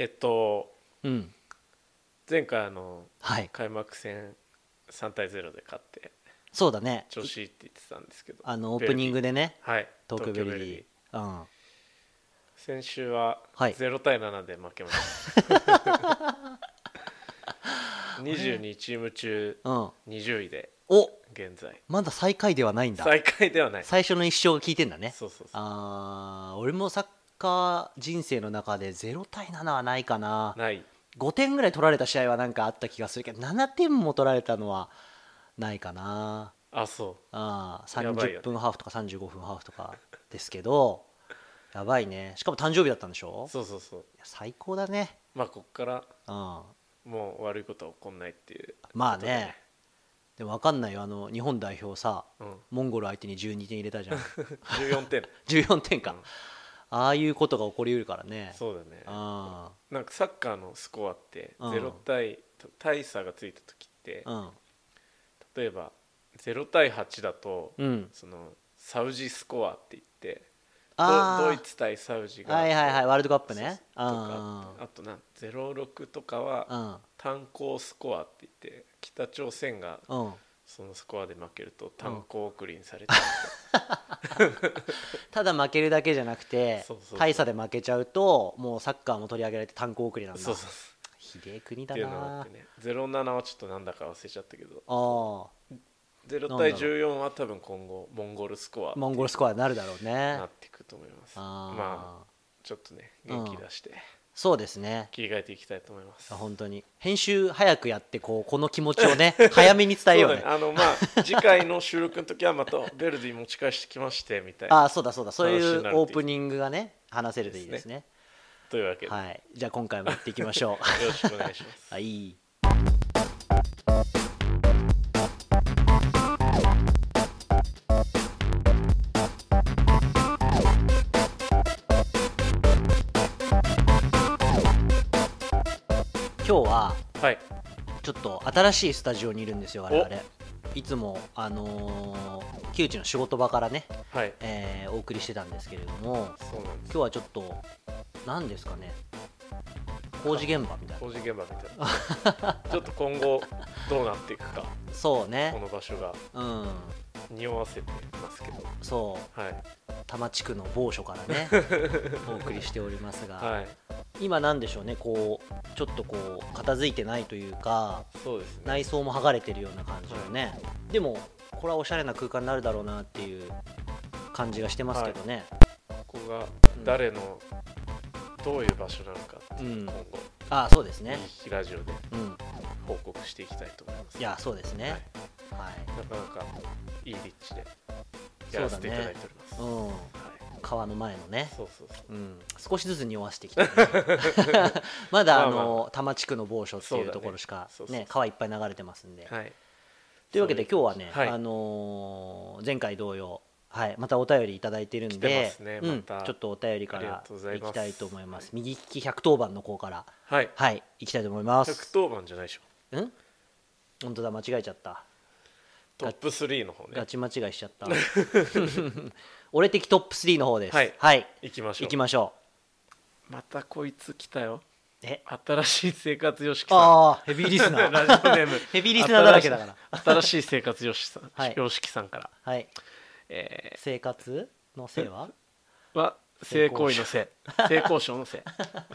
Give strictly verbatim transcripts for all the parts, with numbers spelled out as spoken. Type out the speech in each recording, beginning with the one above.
えっと、 うん、 前回あの、 はい、 開幕戦さんたいゼロで勝ってそうだね。 調子いいって言ってたんですけど、 あのオープニンベルディ、 グでね、 はい東京ベルディ、 東京ベルディ、 うん、 先週ははい。 ゼロたいななで負けましたにじゅうにチーム中うん。 にじゅういでお、 現在。 まだ最下位ではないんだ。 最下位ではない。 最初の一勝が効いてんだね。 そうそうそう。 あー、俺もサッカー人生の中でゼロたいななはないかな。 ない。 ごてんぐらい取られた試合はなんかあった気がするけど、ななてんも取られたのはないかな。 あ、そあー、30 やばいよね分ハーフとかさんじゅうごふんハーフとかですけど、やばいね。しかも誕生日だったんでしょ。 そうそうそう。 いや最高だね。 まあこっからうん。 もう悪いことは起こんないっていうまあことでね。でも分かんないよ、あの日本代表さ、 うん、 モンゴル相手にじゅうにてん入れたじゃん。 じゅうよんてんじゅうよんてんか、 うん、 ああいうことが起こりうるからね。 そうだね。 あなんかサッカーのスコアってうんゼロ対大差がついた時ってうん例えばゼロたいはちだとうんそのサウジスコアって言ってあドドイツ対サウジあ、はいがはいはい、ワールドカップそうね。 そうとかああとなゼロろくとかはうん炭鉱スコアって言って北朝鮮がうん。 そのスコアで負けると炭鉱送りにされてただ負けるだけじゃなくてそうそうそう大差で負けちゃうともうサッカーも取り上げられて炭鉱送りなんだ。 そうそうひでえ国だっていうのがあなってねゼロななはちょっとなんだか忘れちゃったけどあ。 ゼロ対じゅうよんは多分今後モンゴルスコアモンゴルスコアになるだろうね。 なっていくと思います。 あまあちょっとね元気出してそうですね。 切り替えていきたいと思います。 本当に編集早くやってこうこの気持ちをね早めに伝えようね。 そうだね。あのまあ次回の収録の時はまたベルディ持ち返してきましてみたいな。 ああそうだそうだ、そういうオープニングがね話せるといいですね。 というわけで、 はい、じゃあ今回もやっていきましょう。 よろしくお願いします。 はい。今日ははい。 ちょっと新しいスタジオにいるんですよ我々。いつもあのー、木内の仕事場からね、 はい。 えーお送りしてたんですけれども、 そうなんです。 今日はちょっと何ですかね、工事現場みたいな。 工事現場みたいな。ちょっと今後どうなっていくか。 そうね。 この場所がうん匂わせてますけど。 そうはい。 多摩地区の某所からねお送りしておりますが、 はい。 今なんでしょうね、こうちょっとこう片付いてないというかそうですね。 内装も剥がれてるような感じのね、でもこれはおしゃれな空間になるだろうなっていう感じがしてますけどね、 ここが誰のどういう場所なのかっていう、 うん今後ああそうですね、 いいラジオでうん報告していきたいと思います。 いやそうですね、 はいはいなかなかいい立地でやらせていただいております。 うん、 はい、 川の前のね、 そうそうそう。 うん、少しずつ匂わしてきて、ね、まだあの、 まあまあ多摩地区の某所っていうところしかそうだねそうそうそうね川いっぱい流れてますんで、 はい。 というわけで今日はね、 はい、 あのー前回同様、はい、またお便りいただいてるん来てでますねうん、 またちょっとお便りかありがらとうございますいきたいと思います。右利きひゃくとおばんの方からはい。 はいいきたいと思います。 ひゃくとおばんじゃないでしょ。 うん本当だ、間違えちゃった。 トップスリーの方ね。 ガチ間違いしちゃった俺的トップスリーの方です。 はいはい、 行きましょう。 行きましょまたこいつ来たよ。 う。え新しい生活様式さん。 ああヘビーリスナーラジオネームヘビーリスナーだらけだから新しい生活様式さん、 はい様式さんから、 はいえ生活のせいはー、は性行為のせい、性交渉のせい。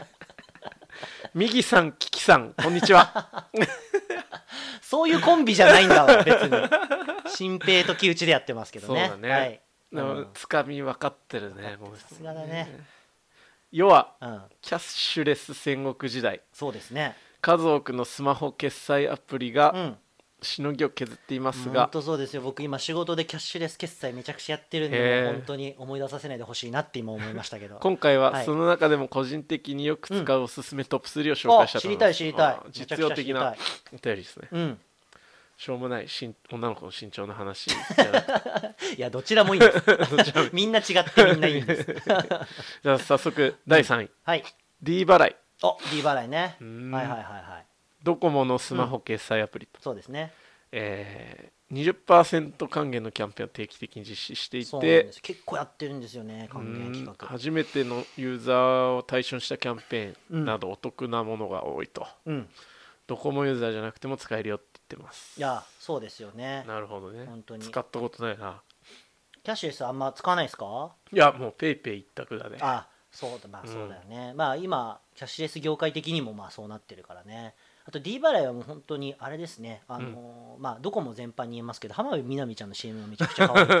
右さん、キキさん、こんにちは。 そういうコンビじゃないんだわ別に新平と木内でやってますけどね。 そうだねはい、 でもうんつかみ分かってるね。もうさすがだね。 要はうん、 キャッシュレス戦国時代、 そうですね。 数多くのスマホ決済アプリうがん、 しのぎを削っています本が、 当そうですよ。僕今仕事でキャッシュレス決済めちゃくちゃやってるんで、 へーもう本当に思い出させないでほしいなって今思いましたけど。 今回ははいその中でも個人的によく使うおすすめトップスリーを紹介したいと思います。 あ知りたい知りたいあ実用的なめちゃくちお便りですね。 うん、 しょうもないしん女の子の身長の話じゃなくていやどちらもいいんですみんな違ってみんないいんですじゃあ早速だいさんい、 はい D 払い。 お D 払いね。 うんはいはいはいはいドコモのスマホ決済アプリと、 そうですね。 えーにじゅっパーセント 還元のキャンペーンを定期的に実施していそうなんて、 です結構やってるんですよね還元企うん画。 初めてのユーザーを対象にしたキャンペうんーンなどお得なものが多いと、 うんドコモユーザーじゃなくても使えるよって言ってます。 いやそうですよね。 なるほどね。 本当に使ったことないな。 キャッシュレスあんま使わないですか？ いやもうペイペイ一択だね。 あそうだまあそうだよね、うん、まあ今キャッシュレス業界的にもまあそうなってるからね。あと D 払いはもう本当にあれですね、あのーうん、まあどこも全般に言えますけど浜辺美波ちゃんの シーエム がめちゃくちゃ可愛い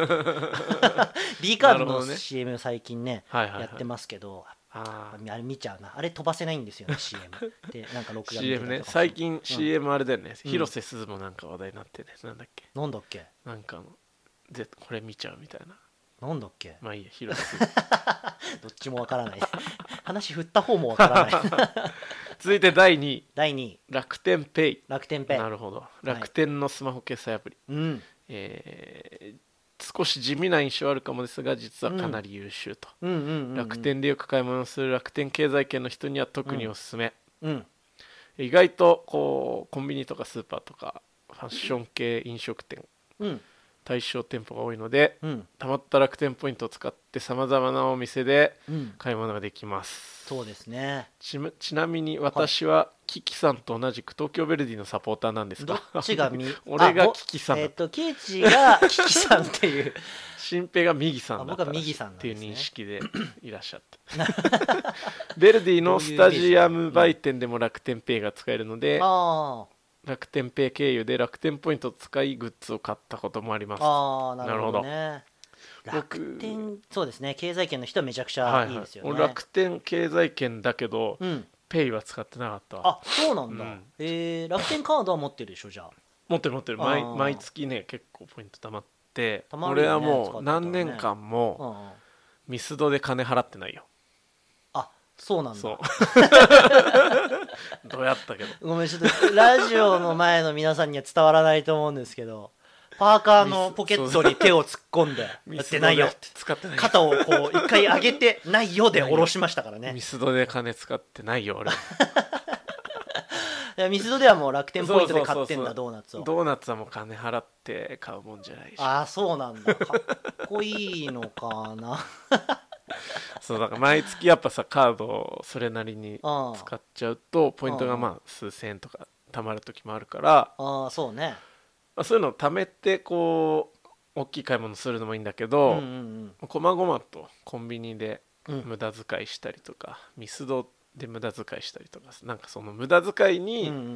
D カードの シーエム 最近ね、はいはいはい、やってますけど、ああれ見ちゃうな、あれ飛ばせないんですよね シーエム でなんか録画見てたシーエム ね最近 シーエム あれだよね、 うん、 広瀬すずもなんか話題になってね、なんだっけなんだっけなんかあのでこれ見ちゃうみたいな、 なんだっけまあいいや広瀬すずどっちもわからない話振った方もわからない続いてだいにいだいにい楽天ペイ。 楽天ペイなるほど、楽天のスマホ決済アプリ、 はい、うんえー、少し地味な印象あるかもですが実はかなり優秀と、楽天でよく買い物をする楽天経済圏の人には特におすすめ、 うんうん、 意外とこうコンビニとかスーパーとかファッション系飲食店、 うん対象店舗が多いので、 うん、 たまった楽天ポイントを使ってさまざまなお店でうん買い物ができます、 そうですね。 ち, ちなみに私はキキさんと同じく東京ヴェルディのサポーターなんですが、 どっちがみ俺がキキさんだ、 えっ、ー、とケイチがキキさんっていう新平が右さんだったらしいっていう認識でいらっしゃったヴェルディのスタジアム売店でも楽天ペイが使えるので、 あ楽天ペイ経由で楽天ポイントを使いグッズを買ったこともあります。 ああなるほどね。楽天そうですね、経済圏の人はめちゃくちゃいいですよね、 はいはい、楽天経済圏だけど、うん、ペイは使ってなかった。 あそうなんだ、うん、えー、楽天カードは持ってるでしょじゃあ。 持ってる持ってる 毎, 毎月ね結構ポイント貯まって、ね、俺はもう何年間もミスドで金払ってないよ。 あそうなんだ。そうどうやったけどごめんちょっとラジオの前の皆さんには伝わらないと思うんですけどパーカーのポケットに手を突っ込んでやってないよって使ってない肩をこう一回上げてないよで下ろしましたからね。 ミスドで金使ってないよ俺いやミスドではもう楽天ポイントで買ってんだ。ドーナツをドーナツはもう金払って買うもんじゃないし。 ああそうなんだかっこいいのかなそうだから毎月やっぱさカードをそれなりに使っちゃうとポイントがまあ数千円とか貯まる時もあるから、 ああそうね、 まあ、そういうのを貯めてこう大きい買い物するのもいいんだけど、うんうんうん、こまごまとコンビニで無駄遣いしたりとか、うん、ミスドで無駄遣いしたりとかなんかその無駄遣いに、うんうんうん、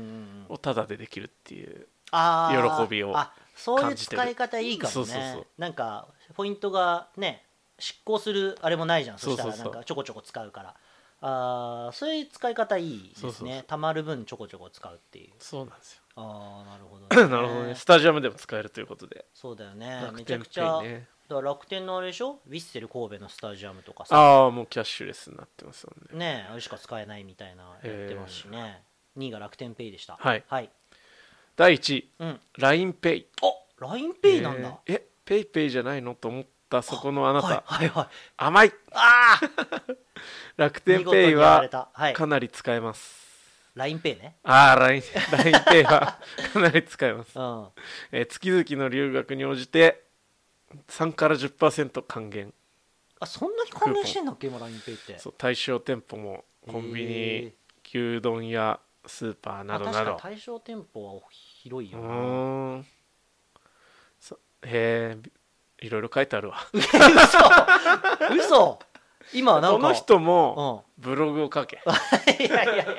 をタダでできるっていう喜びを感じてる。あそういう使い方いいかもね。そうそうそう、なんかポイントがね執行するあれもないじゃん。そしたらなんかちょこちょこ使うから、あそういう使い方いいですね。そうそうそう、たまる分ちょこちょこ使うっていう。 そうなんですよ。 あなるほど、ね、 なるほどね。スタジアムでも使えるということで。 そうだよね。めちゃくちゃ、ね、だから楽天のあれでしょ、ウィッセル神戸のスタジアムとかさ、 ああもうキャッシュレスになってますよね。 ねえあれしか使えないみたいなやってますしね。にいが楽天ペイでした。 はい、 はい、 だいいちい、うん、ラインペイ。 あ ラインペイなんだ。 ええペイペイじゃないのと思ったそこのあなた、 はいはいはい、 甘い。あ楽天ペイはかなり使えます。 ラインペイね。 ああ ラインペイはかなり使えます、うんえー、月々の留学に応じてさんから じゅっパーセント 還元。 あそんなに還元してんだっけ今 ラインペイって。 そう対象店舗もコンビニ、牛丼やスーパーなどなど。確かに対象店舗は広いよな。うーんへえいろいろ書いてあるわ嘘嘘今なんかこの人もブログを書け、うん、いやいやいや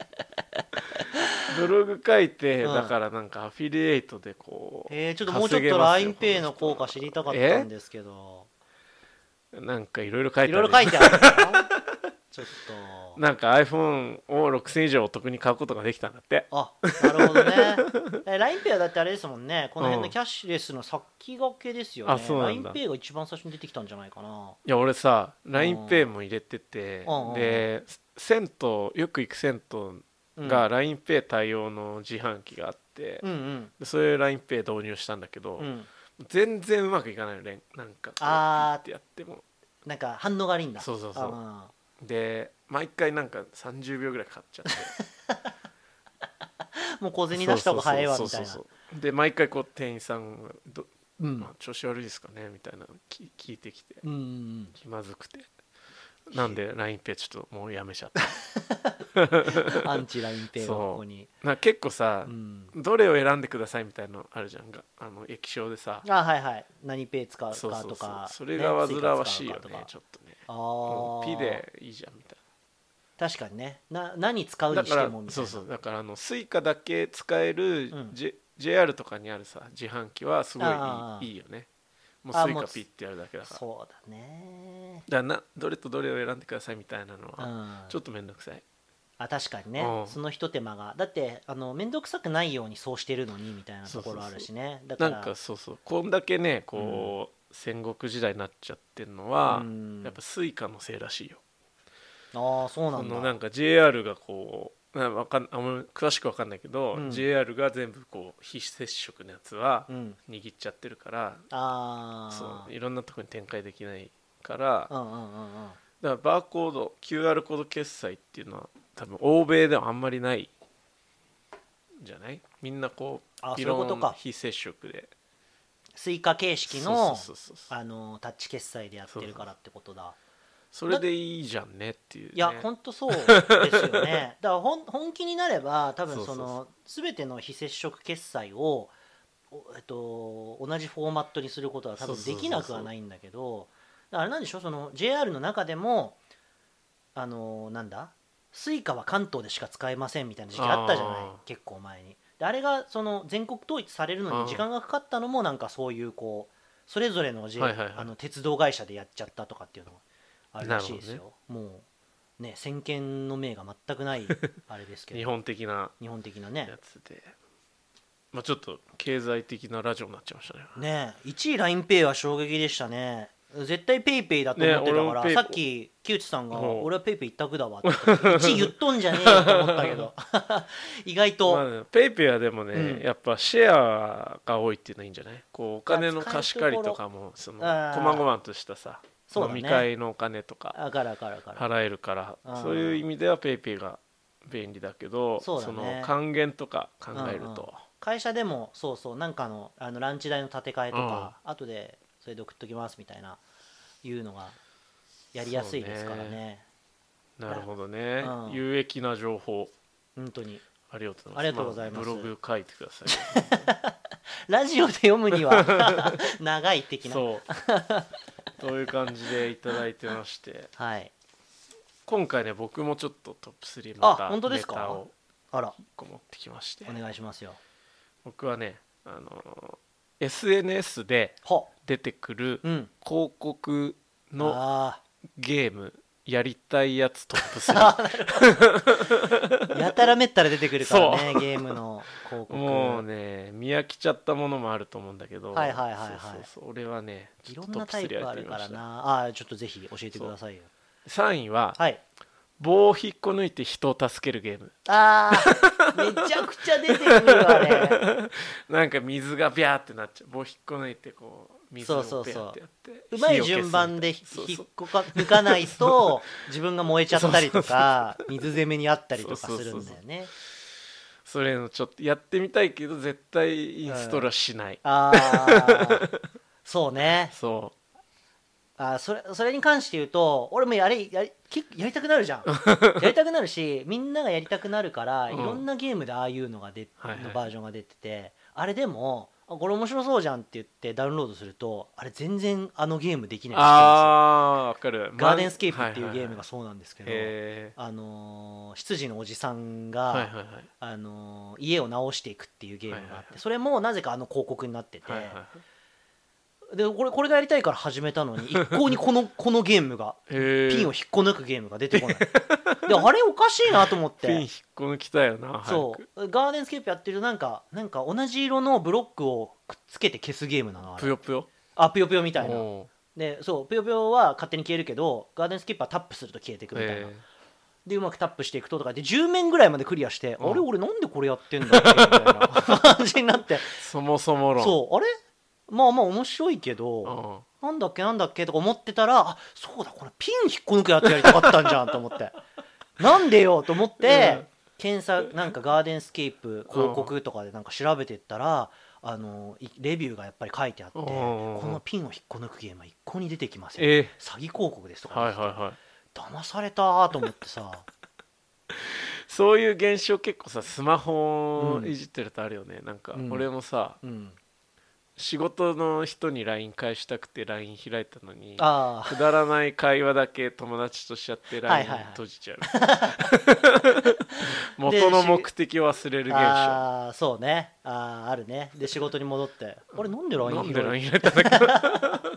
ブログ書いて、うん、だからなんかアフィリエイトでこうえー、ちょっともうちょっと ラインペイ の効果知りたかったんですけど、 なんかいろいろ書いてある。 いろいろ書いてあるちょっとなんか iPhone をろくせん以上お得に買うことができたんだって。 あなるほどねえ ラインペイ はだってあれですもんね、この辺のキャッシュレスの先駆けですよね、うん、あそうなんだ。 ラインペイ が一番最初に出てきたんじゃないかな。 いや俺さ ラインペイ も入れてて、うん、で銭湯よく行く銭湯が ラインペイ 対応の自販機があって、うんうん、でそれ ラインペイ 導入したんだけど、うん、全然うまくいかないのね。なんかあってやってもなんか反応が悪いんだ。 そうそうそうで毎回なんかさんじゅうびょうぐらいかかっちゃってもう小銭出した方が早いわみたいな。 で毎回こう店員さんがど、 うんまあ、調子悪いですかねみたいなのき聞いてきて、 うん、 気まずくてなんで ラインペイ ちょっともうやめちゃったアンチ ラインペイ がここにな結構さ、うん、どれを選んでくださいみたいなのあるじゃんがあの液晶でさあはいはい何ペイ使うかとかそうそうそうそれが煩わしいよねちょっとねあピでいいじゃんみたいな確かにねな何使うにしてもみたいなそうそうだからあのスイカだけ使える、うん、J、ジェイアール とかにあるさ自販機はすごいいい、いいよねもうスイカピッてやるだけだからそうだねだからなどれとどれを選んでくださいみたいなのはちょっとめんどくさい、うん、 あ確かにね、うん、そのひと手間がだってあのめんどくさくないようにそうしてるのにみたいなところあるしねだからなんかそうそうこんだけねこう、うん、戦国時代になっちゃってるのは、うん、やっぱスイカのせいらしいよああそうなんだそのなんか ジェイアール がこうわかんあんま詳しく分かんないけど、うん、ジェイアール が全部こう非接触のやつは握っちゃってるから、うん、あそういろんなところに展開できないから、うんうんうんうん、だからバーコード キューアール コード決済っていうのは多分欧米ではあんまりないじゃないみんなこういろんな非接触でスイカ形式のあのタッチ決済でやってるからってことだそれでいいじゃんねっていう、ね、 いや本当そうですよねだから本本気になれば多分その全ての非接触決済を、えっと、同じフォーマットにすることは多分できなくはないんだけどだからあれなんでしょその ジェイアール の中でもあのなんだスイカは関東でしか使えませんみたいな時期あったじゃない結構前にであれがその全国統一されるのに時間がかかったのもなんかそういうこうそれぞれの、J はいはいはい、あの鉄道会社でやっちゃったとかっていうのがあるらしいですよ、ね、もうね先見の明が全くないあれですけど日本的な日本的なねやつで、まあ、ちょっと経済的なラジオになっちゃいましたねねいちい ラインペイ は衝撃でしたね絶対ペイペイだと思ってたから、ね、さっき木内さんが俺はペイペイ一択だわっていちい言っとんじゃねえよと思ったけど意外と、 まあね、ペイペイはでもね、うん、やっぱシェアが多いっていうのはいいんじゃないこうお金の貸し借りとかもその細々としたさそうだね、飲み会のお金とか払えるからそういう意味ではペイペイが便利だけど そ,、ね、その還元とか考えると、うんうん、 会社でもそうそうなんか の, あのランチ代の立て替えとか、うん、後でそれで送っときますみたいないうのがやりやすいですから ね, ねなるほどね、うん、有益な情報本当にありがとうございます、 まあ、ブログ書いてくださいラジオで読むには長い的なそうという感じでいただいてまして、 はい、 今回ね僕もちょっとトップスリーまたネタをいっこ持ってきましてお願いしますよ僕はねあの エスエヌエス で出てくる広告のゲームやりたいやつトップスリーやたらめったら出てくるからねゲームの広告もうね見飽きちゃったものもあると思うんだけどはいはいはいはいそうそうそう俺はねいろんなタイプあるからなあちょっとぜひ教えてくださいよさんいは、 はい、 棒を引っこ抜いて人を助けるゲームあーめちゃくちゃ出てくるわねなんか水がビャーってなっちゃう棒引っこ抜いてこう水をペアってやってうまい順番で引っこか抜かないと自分が燃えちゃったりとか水攻めにあったりとかするんだよねそれのちょっとやってみたいけど絶対インストールはしない、 うん、ああそうねそうあそれそれに関して言うと俺もやりやりやりたくなるじゃんやりたくなるしみんながやりたくなるから、うん、いろんなゲームでああいうのがで、はいはい、のバージョンが出ててあれでもあこれ面白そうじゃんって言ってダウンロードするとあれ全然あのゲームできないんですよあー分かるガーデンスケープっていうゲームがそうなんですけど、はいはいはい、あのー、執事のおじさんが、はいはいはいあのー、家を直していくっていうゲームがあって、はいはいはい、それもなぜかあの広告になってて、はいはいはいでこれこれがやりたいから始めたのに一向にこのこのゲームがピンを引っこ抜くゲームが出てこないであれおかしいなと思ってピン引っこ抜きたいよなそうガーデンスケープやってるとなんかなんか同じ色のブロックをくっつけて消すゲームなのあれぷよぷよあぷよぷよみたいなでそうぷよぷよは勝手に消えるけどガーデンスケープはタップすると消えていくみたいなでうまくタップしていくととかでじゅう面ぐらいまでクリアして、うん、あれ俺なんでこれやってんだっけみたいな感じになってそもそも論そうあれまあまあ面白いけど、うん、なんだっけなんだっけとか思ってたらあそうだこれピン引っこ抜くやつやりたかったんじゃんと思ってなんでよと思って、 検索なんかガーデンスケープ広告とかでなんか調べてったらあのレビューがやっぱり書いてあって、このピンを引っこ抜くゲームは一向に出てきません、えー、詐欺広告ですとか、 はいはいはい、 騙されたと思ってさそういう現象結構さスマホいじってるとあるよね、うん、なんか俺もさ、うん、仕事の人に ライン 返したくて ライン 開いたのにくだらない会話だけ友達としちゃって ライン 閉じちゃう、元の目的を忘れる現象。 ああそうね、ああるね。で仕事に戻ってあれなんで ライン開いたなんで ライン 開いたんだっ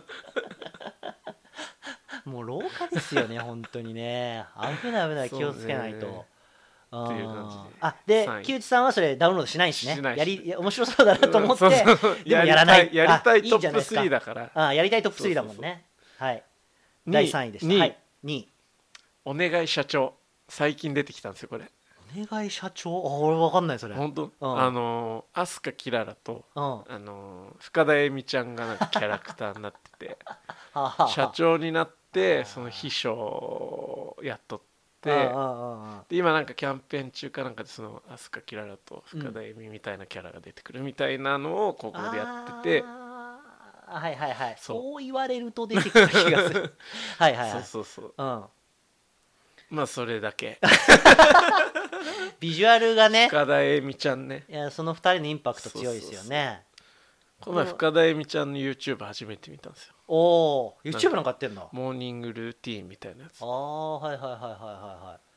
けもう廊下ですよね本当にね。危ない危ない、気をつけないと。っていう感じで、あで木内さんはそれダウンロードしないんですね。やり面白そうだなと思って、うん、そうそうでもやらない。 やりたいトップスリーだから。 あやりたいトップスリーだもんね。はい。だいさんいでした。はい。にいお願い社長、最近出てきたんですよこれ。 お願い社長、あ俺分かんないそれ。 本当、うん、あの飛鳥キララと、うん、あの深田恵美ちゃんがなんかキャラクターになってて社長になってその秘書をやっとって。で今なんかキャンペーン中かなんかでその飛鳥キララと深田恵美みたいなキャラが出てくるみたいなのをここでやってて、うん、 はいはいはい、そう言われると出てくる気がするはいはいはい、 そうそうそう、うん、まあそれだけビジュアルがね深田恵美ちゃんね、 いやそのふたりのインパクト強いですよね。 この前深田恵美ちゃんの YouTube 初めて見たんですよ。 おお YouTube なんかやってんの。 モーニングルーティーンみたいなやつ。 ああはいはいはいはいはいはい。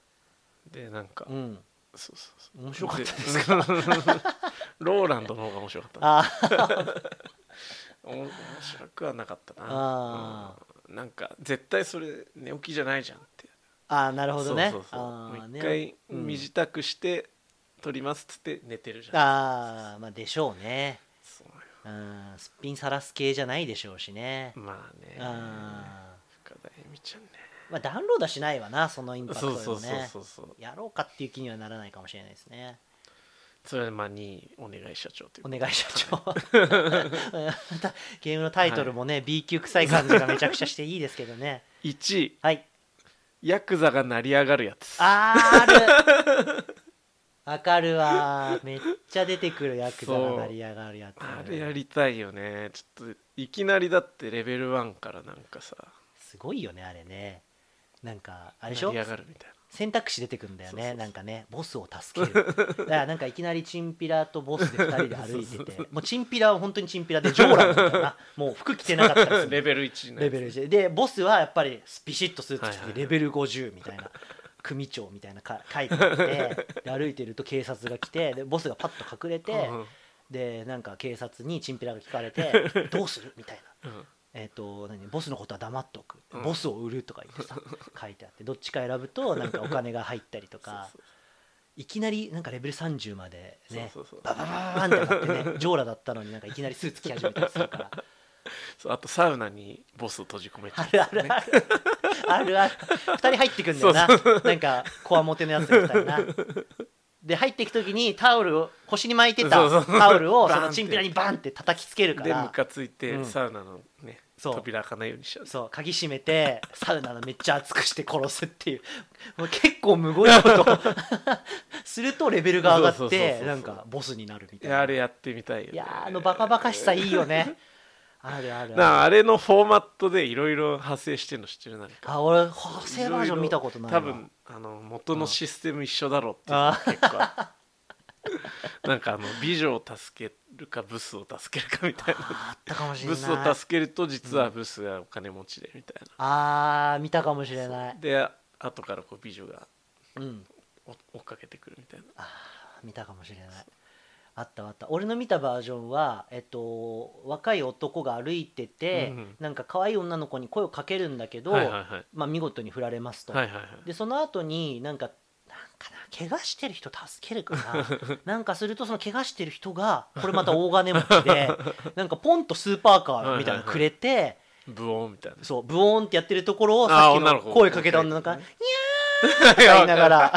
でなんか、うん、そうそうそう面白かったですかローランドの方が面白かった、ね、面白くはなかったなあ、うん、なんか絶対それ寝起きじゃないじゃんって。 ああなるほどね。 そうそうそう、もう一回身支度して撮りますっつって寝てるじゃん。 ああまあでしょうね。うん、すっぴんさらす系じゃないでしょうしね。 まあね、深田恵美ちゃんね、 まあ、ダウンロードはしないわなそのインパクトでもね。やろうかっていう気にはならないかもしれないですね。 それはまあにいお願い社長というお願い社長またゲームのタイトルもね、はい、B 級臭い感じがめちゃくちゃしていいですけどね。 いちい、 はい、 ヤクザが成り上がるやつ。 あーあるわかるわ、めっちゃ出てくるヤクザが成り上がるやつ。 あれやりたいよね。ちょっといきなりだってレベルワンからなんかさすごいよねあれね。なんかあれでしょ、 成り上がるみたいな選択肢出てくるんだよね。そうそうそう、なんかねボスを助けるだからなんかいきなりチンピラとボスでふたりで歩いててそうそうそう、もうチンピラは本当にチンピラでジョーラなんだよなもう服着てなかったりするレベルいちね。 レベルいちでボスはやっぱりビシッとスーツ着てレベルごじゅうみたいな、はいはいはい組長みたいな書いてあってで歩いてると警察が来てでボスがパッと隠れて、うん、でなんか警察にチンピラが聞かれてどうするみたいな、うん、えっと何ボスのことは黙っておく、うん、ボスを売るとか言ってさ書いてあってどっちか選ぶとなんかお金が入ったりとかそうそういきなりなんかレベルさんじゅうまでねそうそうそうバババババンってなってねジョーラだったのになんかいきなりスーツ着始めたりするからそうあとサウナにボスを閉じ込めちゃう、 ね、あるあるあるあるあるふたり入ってくんだよな。そうそうなんかこわもてのやつみたいなで入っていく時にタオルを腰に巻いてたタオルをそのチンピラにバンって叩きつけるからでムカついてサウナのね、うん、扉開かないようにしちゃう。 そう鍵閉めてサウナのめっちゃ熱くして殺すっていうもう結構むごいことするとレベルが上がってなんかボスになるみたいな。 あれやってみたいよね。 いやあのバカバカしさいいよねあるあるある。 なあれのフォーマットでいろいろ派生してるの知ってる？なんかあ俺派生バージョン見たことないわ。 多分あの元のシステム一緒だろうっていうのが結構あなんかあの美女を助けるかブスを助けるかみたいなあったかもしれない。 ブスを助けると実はブスがお金持ちでみたいな、 うん、あー見たかもしれない。 で後からこう美女が、 うん、 追っかけてくるみたいな。 あ見たかもしれない。あったあった。俺の見たバージョンは、えっと、若い男が歩いてて、うんうん、なんか可愛い女の子に声をかけるんだけど、はいはいはい、まあ、見事に振られますと、はいはいはい、でその後になんかなんかな怪我してる人助けるかななんかするとその怪我してる人がこれまた大金持ちでなんかポンとスーパーカーみたいなのくれて、はいはいはい、 ブオーンみたいなそうブオーンってやってるところをさっきの声かけた女の子がニャーって言いながら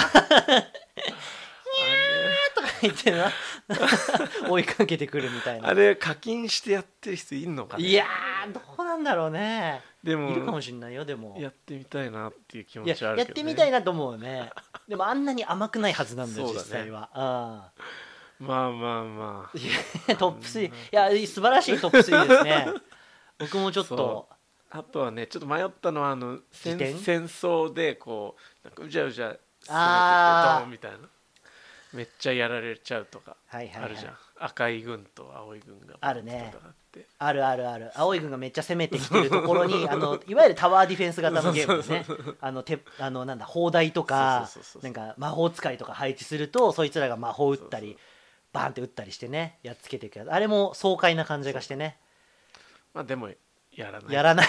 とか言ってな追いかけてくるみたいな。 あれ課金してやってる人いんのかね。 いやーどうなんだろうね。 でもいるかもしれないよ。でもやってみたいなっていう気持ちはあるけど、ね、 やってみたいなと思うね。 でもあんなに甘くないはずなんだよ、 そうだね実際は。あまあまあまあトップスリー、いや素晴らしいトップスリーですね。僕もちょっとあ、あとはねちょっと迷ったのはあの戦辞典戦争でこうなんかうじゃうじゃ攻めてってドあーーンみたいなめっちゃやられちゃうとかはいはいはいあるじゃん、赤い軍と青い軍があるね戦ってあるあるある。青い軍がめっちゃ攻めてきてるところにあのいわゆるタワーディフェンス型のゲームですね。あのてあのなんだ砲台とかそうそうそうそうなんか魔法使いとか配置するとそいつらが魔法打ったりそうバーンって打ったりしてねやっつけていくやつ、あれも爽快な感じがしてね。 まあでもやらないやらない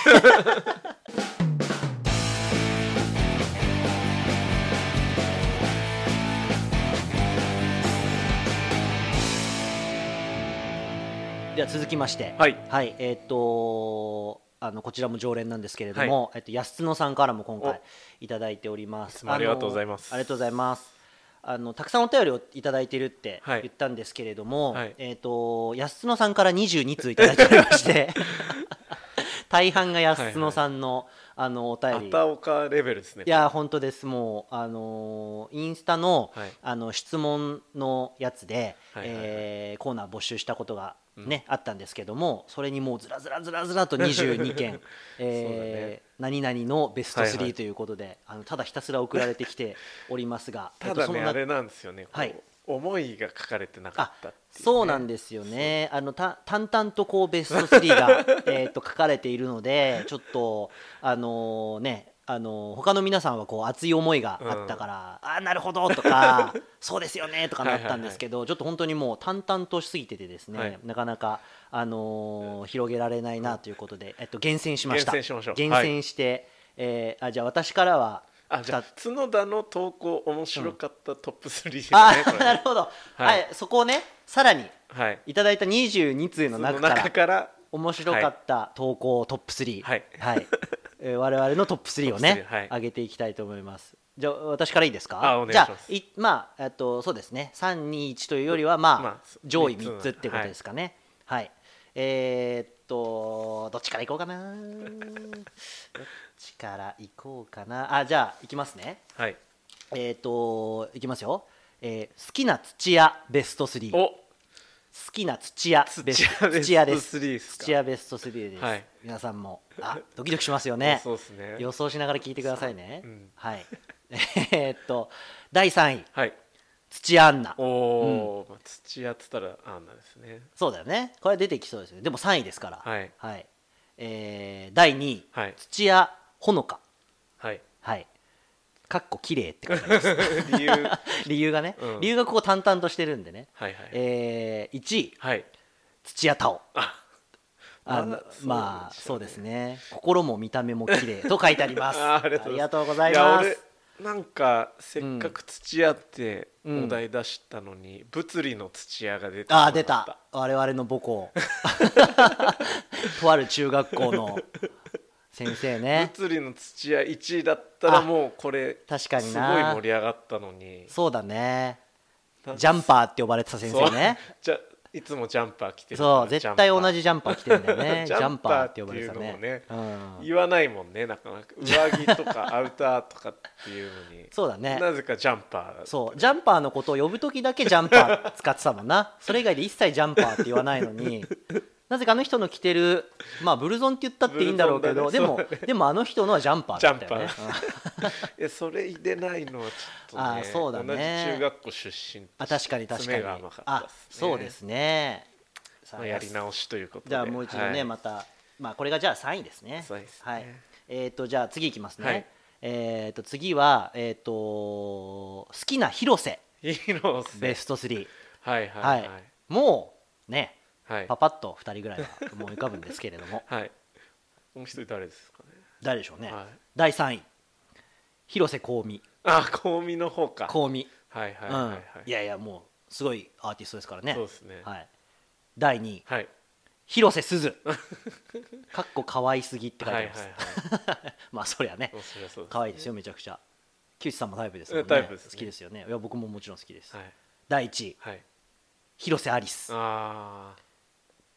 では続きましてはいはいえーっとあのこちらも常連なんですけれども、えっと、安野さんからも今回いただいておりまいす。 つもありがとうございます。 あのありがとうございます。あのたくさんお便りをいただいているってはい言ったんですけれども、 はいえっと安野さんからにじゅうに通いただいておりまして大半が安野さんの、あのお便り。 あたおかレベルですね。 いや本当です。もうあのーインスタの、 はいあの質問のやつで、 はいはいはいえーコーナー募集したことがね、あったんですけども、それにもうずらずらずらずらとにじゅうにけん、えー何々のベストスリーということで、あのただひたすら送られてきておりますがただえっとそのなねあれなんですよね、こうはい思いが書かれてなかあったっていうね、 そうなんですよね。あのた淡々とこうベストスリーがえーと書かれているので、ちょっとあのねあの他の皆さんはこう熱い思いがあったから、ああなるほどとかそうですよねとかなったんですけど、ちょっと本当にもう淡々としすぎててですね、 はいなかなかあのー広げられないなということで、えっと厳選しました。 厳選しましょう厳選して、えーあじゃあ私からはあじゃあ角田の投稿面白かったトップスリーですね、 あこれねなるほど、 はいはい、そこをねさらにはいいただいたにじゅうに通のその中から中から面白かった投稿トップスリー、 はいはいえー我々のトップスリーをねトップスリーはい上げていきたいと思います。じゃあ私からいいですか。 あお願いしますじゃあいまあえっとそうですねさんにいちというよりはまあ、 まあ上位みっつみっつってことですかね。はい、えーっとどっちからいこうかなどっちからいこうかなあじゃあいきますね。 はいえーっといきますよ、えー好きな土屋ベストスリー。 お好きな土屋ベスト土屋です。 ベストスリーですか。 土屋ベストスリーです、 はい皆さんもあドキドキしますよね。 そうですね。 予想しながら聞いてくださいね、 うんはいえーっとだいさんいはい。 土屋アンナ。 おお、まあ土屋っつったらあんなですね。 そうだよね、これ出てきそうですね。でもさんいですから。 はいはいえーだいにい、 はい土屋ほのか。 はい。 はいかっこ綺麗って書いてあります理由理由がね、 うん理由がここ淡々としてるんでね、 はいはいえーいちいはい。 土屋太鳳。 ああのまあまあそでしょうねそううですね、心も見た目も綺麗と書いてありますあーありありがとうございやます。 俺なんかせっかく土屋ってうんお題出したのに、物理の土屋が出てあー出た我々の母校とある中学校の先生ね。 物理の土屋いちいだったらあもうこれ確かにすごいな盛り上がったのにそうだね、 なジャンパーって呼ばれてた先生ね。 じゃいつもジャンパー着てるからそう絶対同ジじジャンパー着てるんだよねジジャャンンパーっパーってて呼ばれてたねいうのもねうん、 言わないもんね、なかなか上着とかアウターとかっていうのにそうだねなぜかジャンパーそうジャンパーのことを呼ぶ時だけジャンパー使ってたもんな。それ以外で一切ジャンパーって言わないのになぜかあの人の着てるまあブルゾンって言ったっていいんだろうけど、 ブルゾンだねでもそうだねでもあの人のはジャンパーだったよね。 ジいやそれ入れないのはちょっとねあーそうだね同じ中学校出身あ確かに確かに爪が甘かったあですねそうですね。さあまあやり直しということでじゃあもう一度ね、 はいまたまあこれがじゃあさんいですね。 そうですねはい。えっ、とじゃあ次いきますね。 はいえっ、と次はえっ、と好きな広瀬広瀬ベストスリー。 はいははいい。 はいもうねはいパパッとふたりぐらいは思い浮かぶんですけれどもはいもう一人誰ですかね。 誰でしょうね。 はいだいさんい広瀬香美。 あ香美の方か香美。 はいはいうんはいはいいやいやもうすごいアーティストですからね。 そうですねはい。だいにいはい広瀬すず。かっこ可愛すぎって書いてあります。 はいはいまあそりゃねもうそりゃそうです可愛いですよめちゃくちゃ。木内さんもタイプですもんね。 タイプですね好きですよね。いや僕ももちろん好きです。 はいだいいちいはい広瀬アリス。 あ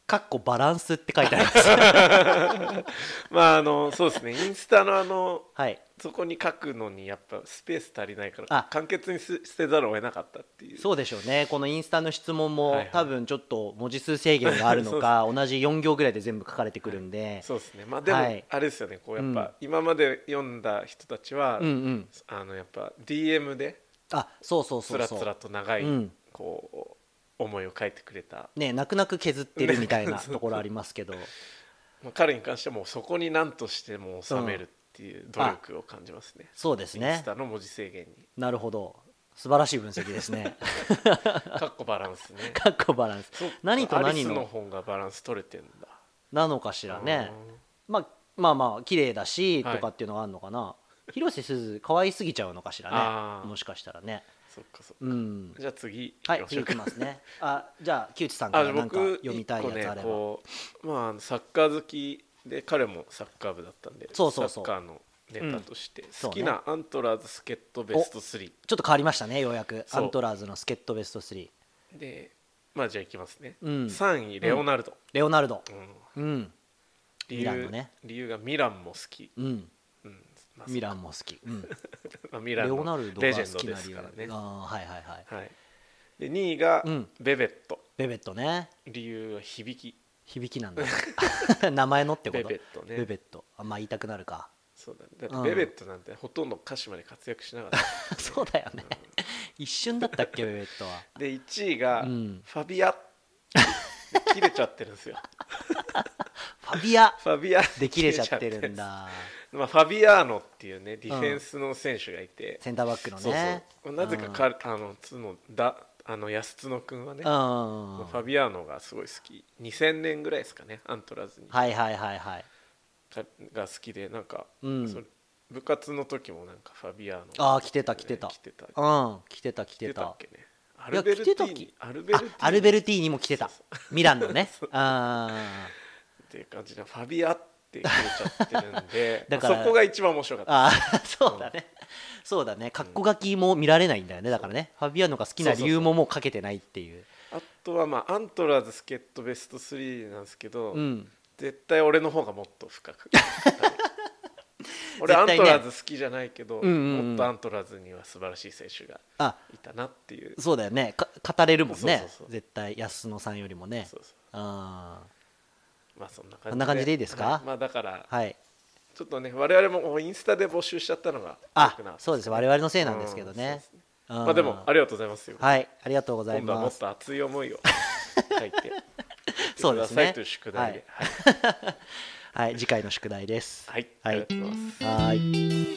かっこバランスって書いてありますまああのそうですね、インスタのあの、 はい、 そこに書くのにやっぱスペース足りないから簡潔に捨てざるを得なかったっていう。 そうでしょうね。このインスタの質問も、はいはい、多分ちょっと文字数制限があるのか同じよん行ぐらいで全部書かれてくるんで、はい、 そうですね。まあでも、はい、あれですよね、こうやっぱ、うん、今まで読んだ人たちは、うんうん、あのやっぱ ディーエム であそうそうそうそうつらつらと長い、うん、こう思いを書いてくれたね、泣く泣く削ってるみたいなところありますけどまあ彼に関してはもうそこに何としても収めるっていう努力を感じますね、うん、 そうですね、 インスタの文字制限に。 なるほど、素晴らしい分析ですねかっこバランスねかっこバランス、何と何のアリスの方がバランス取れてんだなのかしらね。まあまあまあ綺麗だしとかっていうのがあるのかな、はい、広瀬すず可愛すぎちゃうのかしらね、もしかしたらね。 そっかそっか、うん、じゃあ次はい次いきますねあじゃあ木内さんから何か読みたいやつあれば。 ね、こうまあサッカー好きで彼もサッカー部だったんで、 そうそうそうサッカーのネタとして、うん、好きなアントラーズ助っ人ベストスリー、 ちょっと変わりましたねようやく。アントラーズの助っ人ベストスリーで、まあじゃあいきますね、うん、さんいレオナルド、うん、 レオナルド、うんうん、 理由、ね、理由がミランも好き、 うんうんまあ、ミランも好き、うん、 まあミランのレジェンドですからね。 あはいはいはい、はい、 でにいがベベット、 うん、ベベットね、 理由は響き、 響きなんだ名前のってこと。 ベベットね、 ベベット、あんまあ言いたくなるか。 そうだ、ね、だってベベットなんてほとんど歌詞まで活躍しなかった、ね、 そうだよね、うん、一瞬だったっけベベットは。 でいちいがファビア、うん、切れちゃってるんですよファビアファビアで切れちゃってるんだまあ、ファビアーノっていうねディフェンスの選手がいて、 うん、センターバックのね、 そうそうなぜかか、うん、あのつのだあの安角くんはね、うん、ファビアーノがすごい好き、にせんねんぐらいですかね、アントラーズにはいはいはいはいが好きで、なんか、うん、それ部活の時もなんかファビアーノ、ね、 ああ来てた来てた来てたうん来てた来てた、来てたっけね、 アルベルティーニ、 アルベルティーニ、アルベルティーニも来てた、そうそうミランのねあっていう感じでファビアって切れちゃってるんでだからそこが一番面白かった。 あそうだね、うん、そうだね、カッコ書きも見られないんだよね、だからね、ファビアーノが好きな理由ももう書けてないっていう。 あとはまあアントラーズ助っ人ベストスリーなんですけど、うん、絶対俺の方がもっと深く俺アントラーズ好きじゃないけど、ね、うんうんうん、もっとアントラーズには素晴らしい選手がいたなっていう。 そうだよね、語れるもんね、そうそうそう絶対安野さんよりもね。 そうそうあまあそんな感じで、 こんな感じでいいですか、 はい、まあだから、はい、ちょっとね我々もインスタで募集しちゃったのがあそうです我々のせいなんですけどね、 うん、ねまあでもありがとうございますよ。 はいありがとうございます。 今度はもっと熱い思いを書いてそうですねという宿題で、 はい、はい、次回の宿題です。 はい、はい、ありがとうございます。 はい。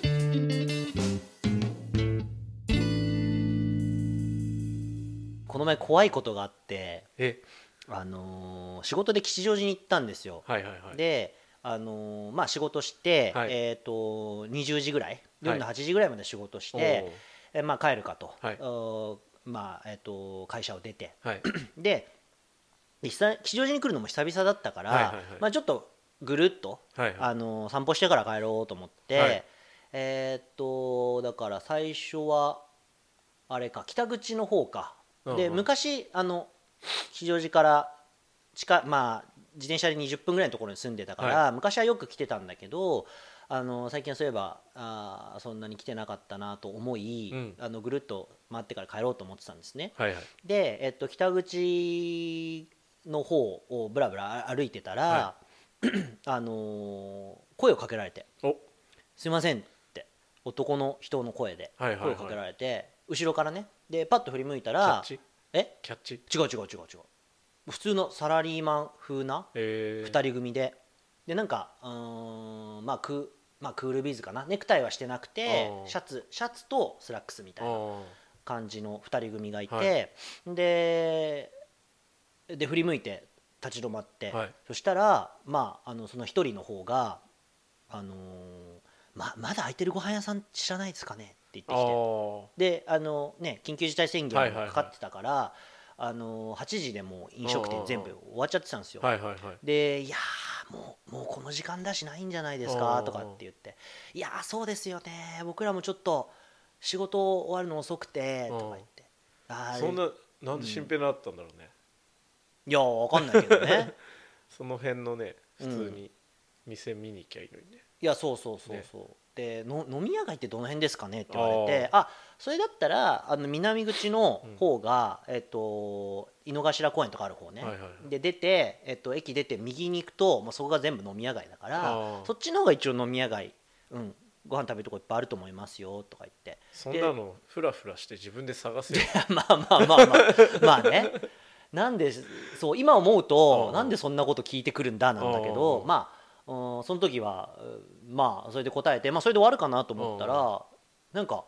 この前怖いことがあって、 え、 あのー、仕事で吉祥寺に行ったんですよ。 はいはいはい。 で、あのー、まあ仕事して、はい、えっ、ー、とにじゅうじぐらい、夜のはちじぐらいまで仕事して、はい、えまあ帰るかと、はい、まあえっ、と会社を出て、はい、で吉祥寺に来るのも久々だったから、はいはいはい、まあちょっとぐるっと、はいはい、あの散歩してから帰ろうと思って、はい、えー、っとだから最初はあれか北口の方か、うんうん、で昔あの吉祥寺から近まあ自転車でにじゅっぷんぐらいのところに住んでたから、はい、昔はよく来てたんだけどあの最近はそういえばあそんなに来てなかったなと思い、うん、あのぐるっと回ってから帰ろうと思ってたんですね、はいはい、で、えっと、北口の方をぶらぶら歩いてたら、はいあのー、声をかけられて「すいません」って男の人の声で声をかけられて、はいはいはい、後ろからねでパッと振り向いたらキャッチえキャッチ違う違う違う違う普通のサラリーマン風なふたり組ででなんかうーん、まあ、クまあクールビズかなネクタイはしてなくてシャツシャツとスラックスみたいな感じのふたり組がいて、はい、でで振り向いて立ち止まって、はい、そしたら、まあ、あのその一人の方が、あのーま「まだ空いてるご飯屋さん知らないですかね?」って言ってきてであの、ね、緊急事態宣言がかかってたから、はいはいはい、あのはちじでもう飲食店全部終わっちゃってたんですよ。はいはいはい、で「いやもう、もうこの時間だしないんじゃないですか?」とかって言って「いやそうですよね僕らもちょっと仕事終わるの遅くて」とか言ってそんななんで新平になったんだろうね、 うんいや分かんないけどねその辺のね普通に店見に行きゃいいのにね、 いやそうそうそうそう、ね、での飲み屋街ってどの辺ですかねって言われて、あそれだったらあの南口の方が、うん、えっと井の頭公園とかある方ね、はいはいはい、で出て、えっと、駅出て右に行くともうそこが全部飲み屋街だからそっちの方が一応飲み屋街、うん、ご飯食べるとこいっぱいあると思いますよとか言って、 そんなのフラフラして自分で探せよまあまあまあまあまあねなんでそう今思うとなんでそんなこと聞いてくるんだなんだけど、まあその時はまあそれで答えて、まあ、それで終わるかなと思ったらなんか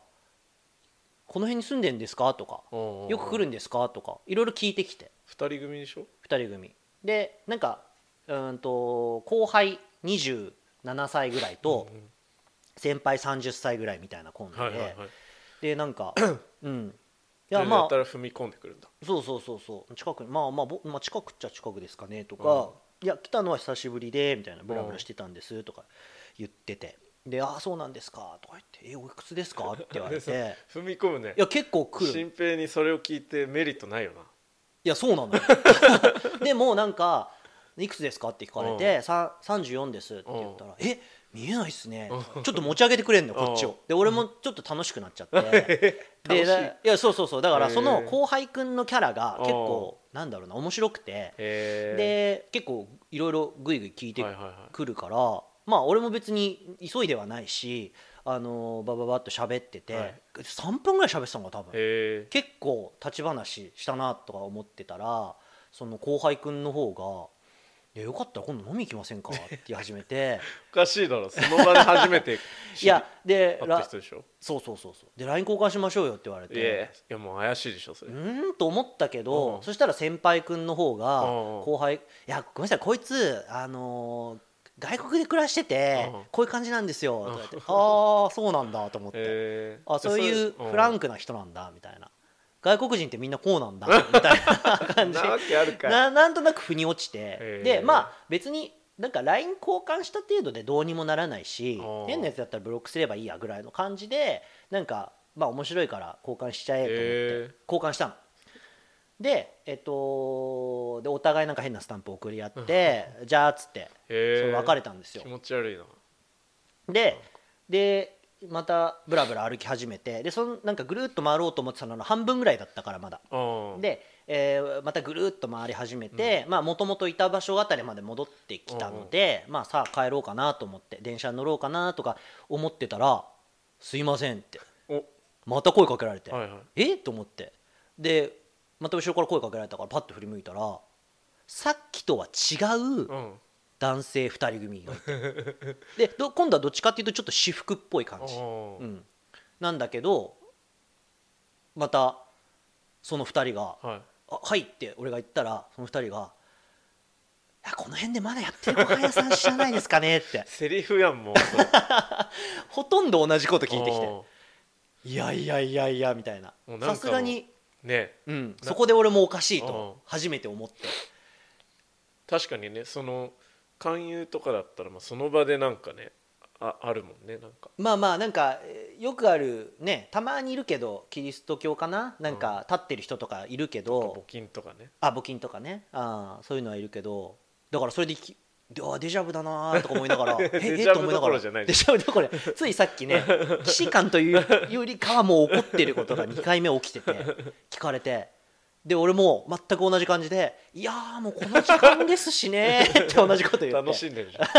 「この辺に住んでんですか?」とか「よく来るんですか?」とかいろいろ聞いてきて、 ふたり組でしょふたり組でなんかうんと後輩にじゅうななさいぐらいと先輩さんじゅっさいぐらいみたいなコンビで、でなんかうんいやまあやったら踏み込んでくるんだ、 そうそうそうそう近くにまあまあ、まあ、近くっちゃ近くですかねとか、いや来たのは久しぶりでみたいなブラブラしてたんですとか言ってて、でああそうなんですかとか言ってえおいくつですかって言われて踏み込むね。 いや結構来る。 新平にそれを聞いてメリットないよな。いやそうなのよでもなんかいくつですかって聞かれてさんじゅうよんですって言ったらえ見えないっすねちょっと持ち上げてくれんのこっちをで俺もちょっと楽しくなっちゃってでいやそうそうそうだからその後輩くんのキャラが結構なんだろうな面白くてで結構いろいろグイグイ聞いてくるからまあ俺も別に急いではないしあのバババッと喋っててさんぷんぐらい喋ってたのが多分結構立ち話したなとか思ってたらその後輩くんの方がいやよかったら今度飲み行きませんかって言い始めておかしいだろその場で初めていやで会った人でしょ。 そうそうそうそうで ライン 交換しましょうよって言われていやいやもう怪しいでしょそれ。 うんと思ったけど、うん、そしたら先輩くんの方が後輩いやごめんなさいこいつあのー、外国で暮らしてて、うん、こういう感じなんですよとか言ってああそうなんだと思って、えー、あそういうフランクな人なんだみたいな外国人ってみんなこうなんだみたいな感じなわけあるかいな, なんとなく腑に落ちて、えー、でまあ別になんか ライン 交換した程度でどうにもならないし変なやつだったらブロックすればいいやぐらいの感じでなんかまあ面白いから交換しちゃえと思って、えー、交換したのでえっとでお互いなんか変なスタンプ送り合ってじゃあっつって、えー、そう別れたんですよ。 気持ち悪いな。 ででまたブラブラ歩き始めてでそのなんかぐるっと回ろうと思ってたのの半分ぐらいだったからまだで、えー、またぐるっと回り始めてもともといた場所あたりまで戻ってきたのでまあさあ帰ろうかなと思って電車に乗ろうかなとか思ってたら「すいません」ってまた声かけられて、はいはい、えと思ってでまた後ろから声かけられたからパッと振り向いたらさっきとは違う、うん男性ふたり組がいてでど今度はどっちかっていうとちょっと私服っぽい感じ、うん、なんだけどまたそのふたりが「はい、あはい」って俺が言ったらそのふたりが「いやこの辺でまだやってるご飯屋さん知らないですかね」ってセリフやんもうほとんど同じこと聞いてきて「いやいやいやいや」みたいなさすがに、 ねうん、そこで俺もおかしいと初めて思って確かにねその勧誘とかだったらまあその場でなんかね あ, あるもんねなんかまあまあなんかよくあるねたまにいるけどキリスト教かななんか立ってる人とかいるけど、 うん、募金とかねあ募金とかねあそういうのはいるけどだからそれであデジャブだなとか思いながらデジャブどころじゃないデジャブどころついさっきね既視感というよりかはもう怒ってることがにかいめ起きてて聞かれてで俺も全く同じ感じで「いやーもうこの時間ですしね」って同じこと言って楽しんでるじゃん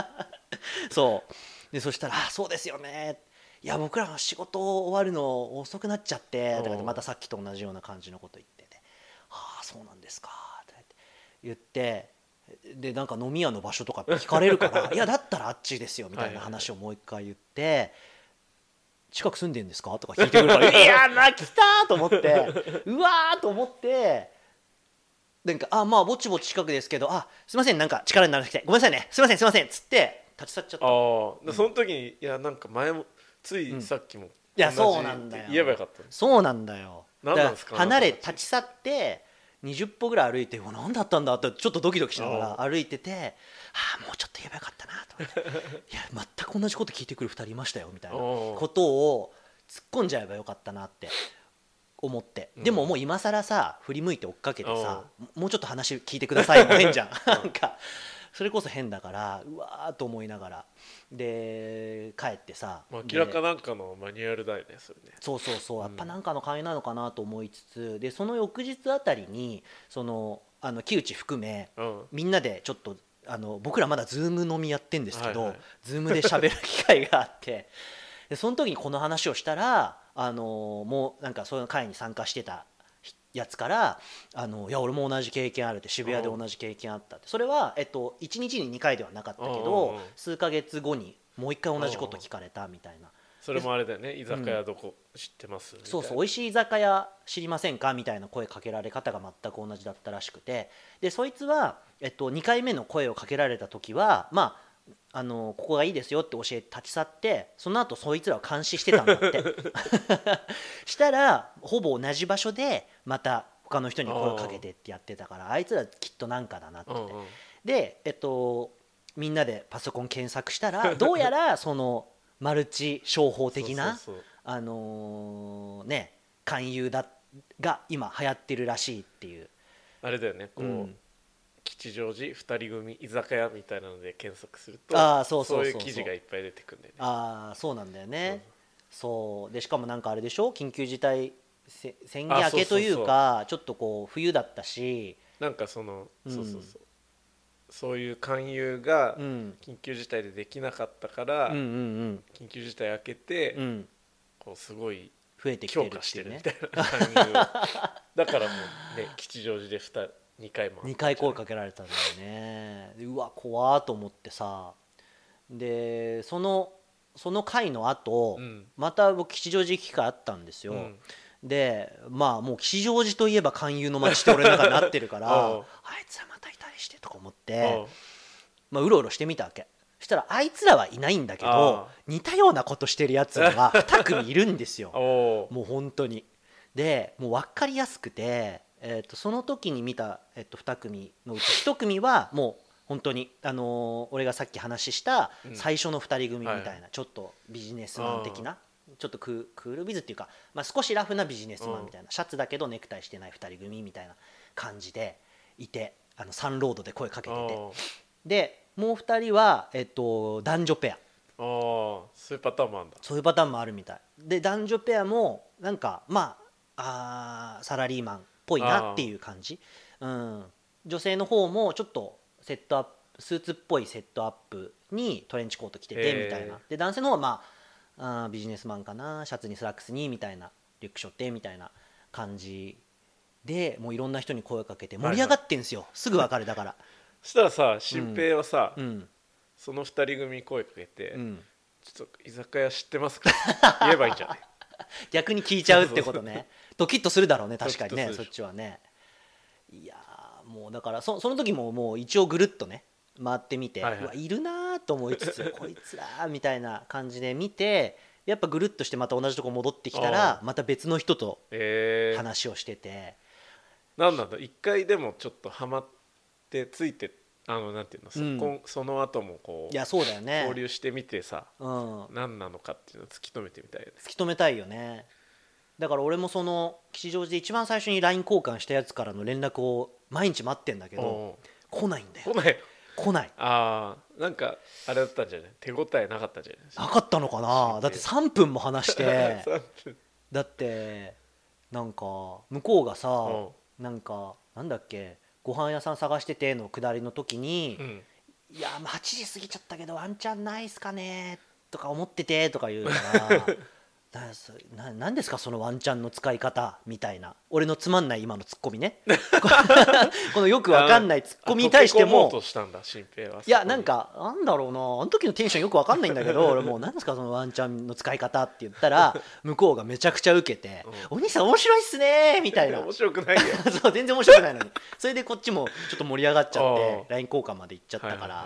そうでそしたら「あそうですよね」いや僕らの仕事終わるの遅くなっちゃってとかまたさっきと同じような感じのこと言ってて「ああそうなんですか」って言ってでなんか飲み屋の場所とか聞かれるから「いやだったらあっちですよ」みたいな話をもう一回言って近く住んでんですかとか聞いてくるからいやーな来たーと思ってうわーと思ってなんかあまあぼちぼち近くですけどあすいませんなんか力にならなくてごめんなさいねすいませんすいませんっつって立ち去っちゃった。あ、 うん、その時にいやなんか前もついさっきも、うん、いやそうなんだよ言えばよかった。 そうなんだよ。 何なんですか離れ立ち去ってにじゅっ歩ぐらい歩いてうわ何だったんだってちょっとドキドキしながら歩いててああもうちょっと言えばよかったなと思っていや全く同じこと聞いてくるふたりいましたよみたいなことを突っ込んじゃえばよかったなって思って、でももう今更さ振り向いて追っかけてさ、もうちょっと話聞いてくださいも変じゃんなんかそれこそ変だからうわーと思いながらで帰ってさ、 明らかなんかのマニュアルだよねそれね。 そうそうそう、やっぱなんかの会なのかなと思いつつ、でその翌日あたりにそのあの木内含め、うん、みんなでちょっとあの僕らまだズーム飲みやってんですけど、はいはい、ズームで喋る機会があってでその時にこの話をしたらあのもうなんかそういう会に参加してたやつからあのいや俺も同じ経験あるって、渋谷で同じ経験あったって、それは、えっと、いちにちににかいではなかったけど数ヶ月後にもう一回同じこと聞かれたみたいな。 それもあれだよね、居酒屋どこ知ってます、うん、 そうそう、美味しい居酒屋知りませんかみたいな声かけられ方が全く同じだったらしくて、でそいつは、えっと、にかいめの声をかけられた時はまああのここがいいですよって教えて立ち去って、その後そいつらを監視してたんだってしたらほぼ同じ場所でまた他の人に声をかけてってやってたから、あいつらきっとなんかだなって、でえっとみんなでパソコン検索したらどうやらそのマルチ商法的なあのね勧誘だが今流行ってるらしいっていうあれだよね、こう、うん、吉祥寺ふたり組居酒屋みたいなので検索するとあそうそうそうそうそういう記事がいっぱい出てくるんだよね。 ああそうなんだよね、うん、そうでしかもなんかあれでしょ、緊急事態宣言明けというかちょっとこう冬だったしなんかその、うん、そうそうそうそういう勧誘が緊急事態でできなかったから、うんうんうん、緊急事態明けて、うん、こうすごい増えてきてるっていうね、強化してるみたいな勧誘をだからもうね吉祥寺でにかいもにかい声かけられたんだよね。でうわ怖ーと思ってさ、でそのその回の後、うん、また僕吉祥寺行く機会あったんですよ、うん、でまあもう吉祥寺といえば勧誘の街って俺の中になってるからあいつらまたいたりしてとか思ってまあうろうろしてみたわけ。そしたらあいつらはいないんだけど似たようなことしてるやつらはに組いるんですよもう本当に。でもう分かりやすくて、えー、とその時に見た、えー、とに組のうちいち組はもう本当に、あのー、俺がさっき話した最初のふたり組みたいな、うんはい、ちょっとビジネスマン的なちょっとクールビズっていうか、まあ、少しラフなビジネスマンみたいなシャツだけどネクタイしてないふたり組みたいな感じでいて、あのサンロードで声かけてて、でもうふたりは、えっと、男女ペア。あそういうパターンもあるんだ。 そういうパターンもあるみたいで、男女ペアもなんかまあ、あサラリーマンっぽいなっていう感じ、うん、女性の方もちょっとセットアップスーツっぽいセットアップにトレンチコート着ててみたいな、で男性の方はまああビジネスマンかな、シャツにスラックスにみたいなリュック背負ってみたいな感じでもういろんな人に声かけて盛り上がってんすよ、はいはい、すぐ別れだからそしたらさ新平はさ、うんうん、そのふたり組声かけて、うん、ちょっと居酒屋知ってますか言えばいいんじゃない逆に聞いちゃうってことねドキッとするだろうね確かにね、そっちはね。いやもうだから そ, その時ももう一応ぐるっとね回ってみて、はいはい、うわいるなと思いつつこいつらみたいな感じで見てやっぱぐるっとしてまた同じとこ戻ってきたらまた別の人と話をしてて、えー、なんなんだ一回でもちょっとハマってついてあのなんていうの、うん、そ, その後もこういやそうだよね交流してみてさ、うん、何なのかっていうのを突き止めてみたいよね。 突き止めたいよね。だから俺もその吉祥寺で一番最初に ライン 交換したやつからの連絡を毎日待ってんだけど来ないんだよ。 来ない来ない。 ああなんかあれだったんじゃない、手応えなかったんじゃないなかったのかな。だってさんぷんも話してだってなんか向こうがさなんかなんだっけご飯屋さん探してての下りの時に、うん、いやはちじ過ぎちゃったけどワンチャンないっすかねとか思っててとか言うからな, なんですかそのワンチャンの使い方みたいな俺のつまんない今のツッコミねこのよくわかんないツッコミに対してもいやなんかなんだろうなあの時のテンションよくわかんないんだけど俺もうなんですかそのワンチャンの使い方って言ったら向こうがめちゃくちゃウケて、うん、お兄さん面白いっすねみたいな面白くないよそう全然面白くないのにそれでこっちもちょっと盛り上がっちゃって ライン 交換まで行っちゃったから、はいはいはい、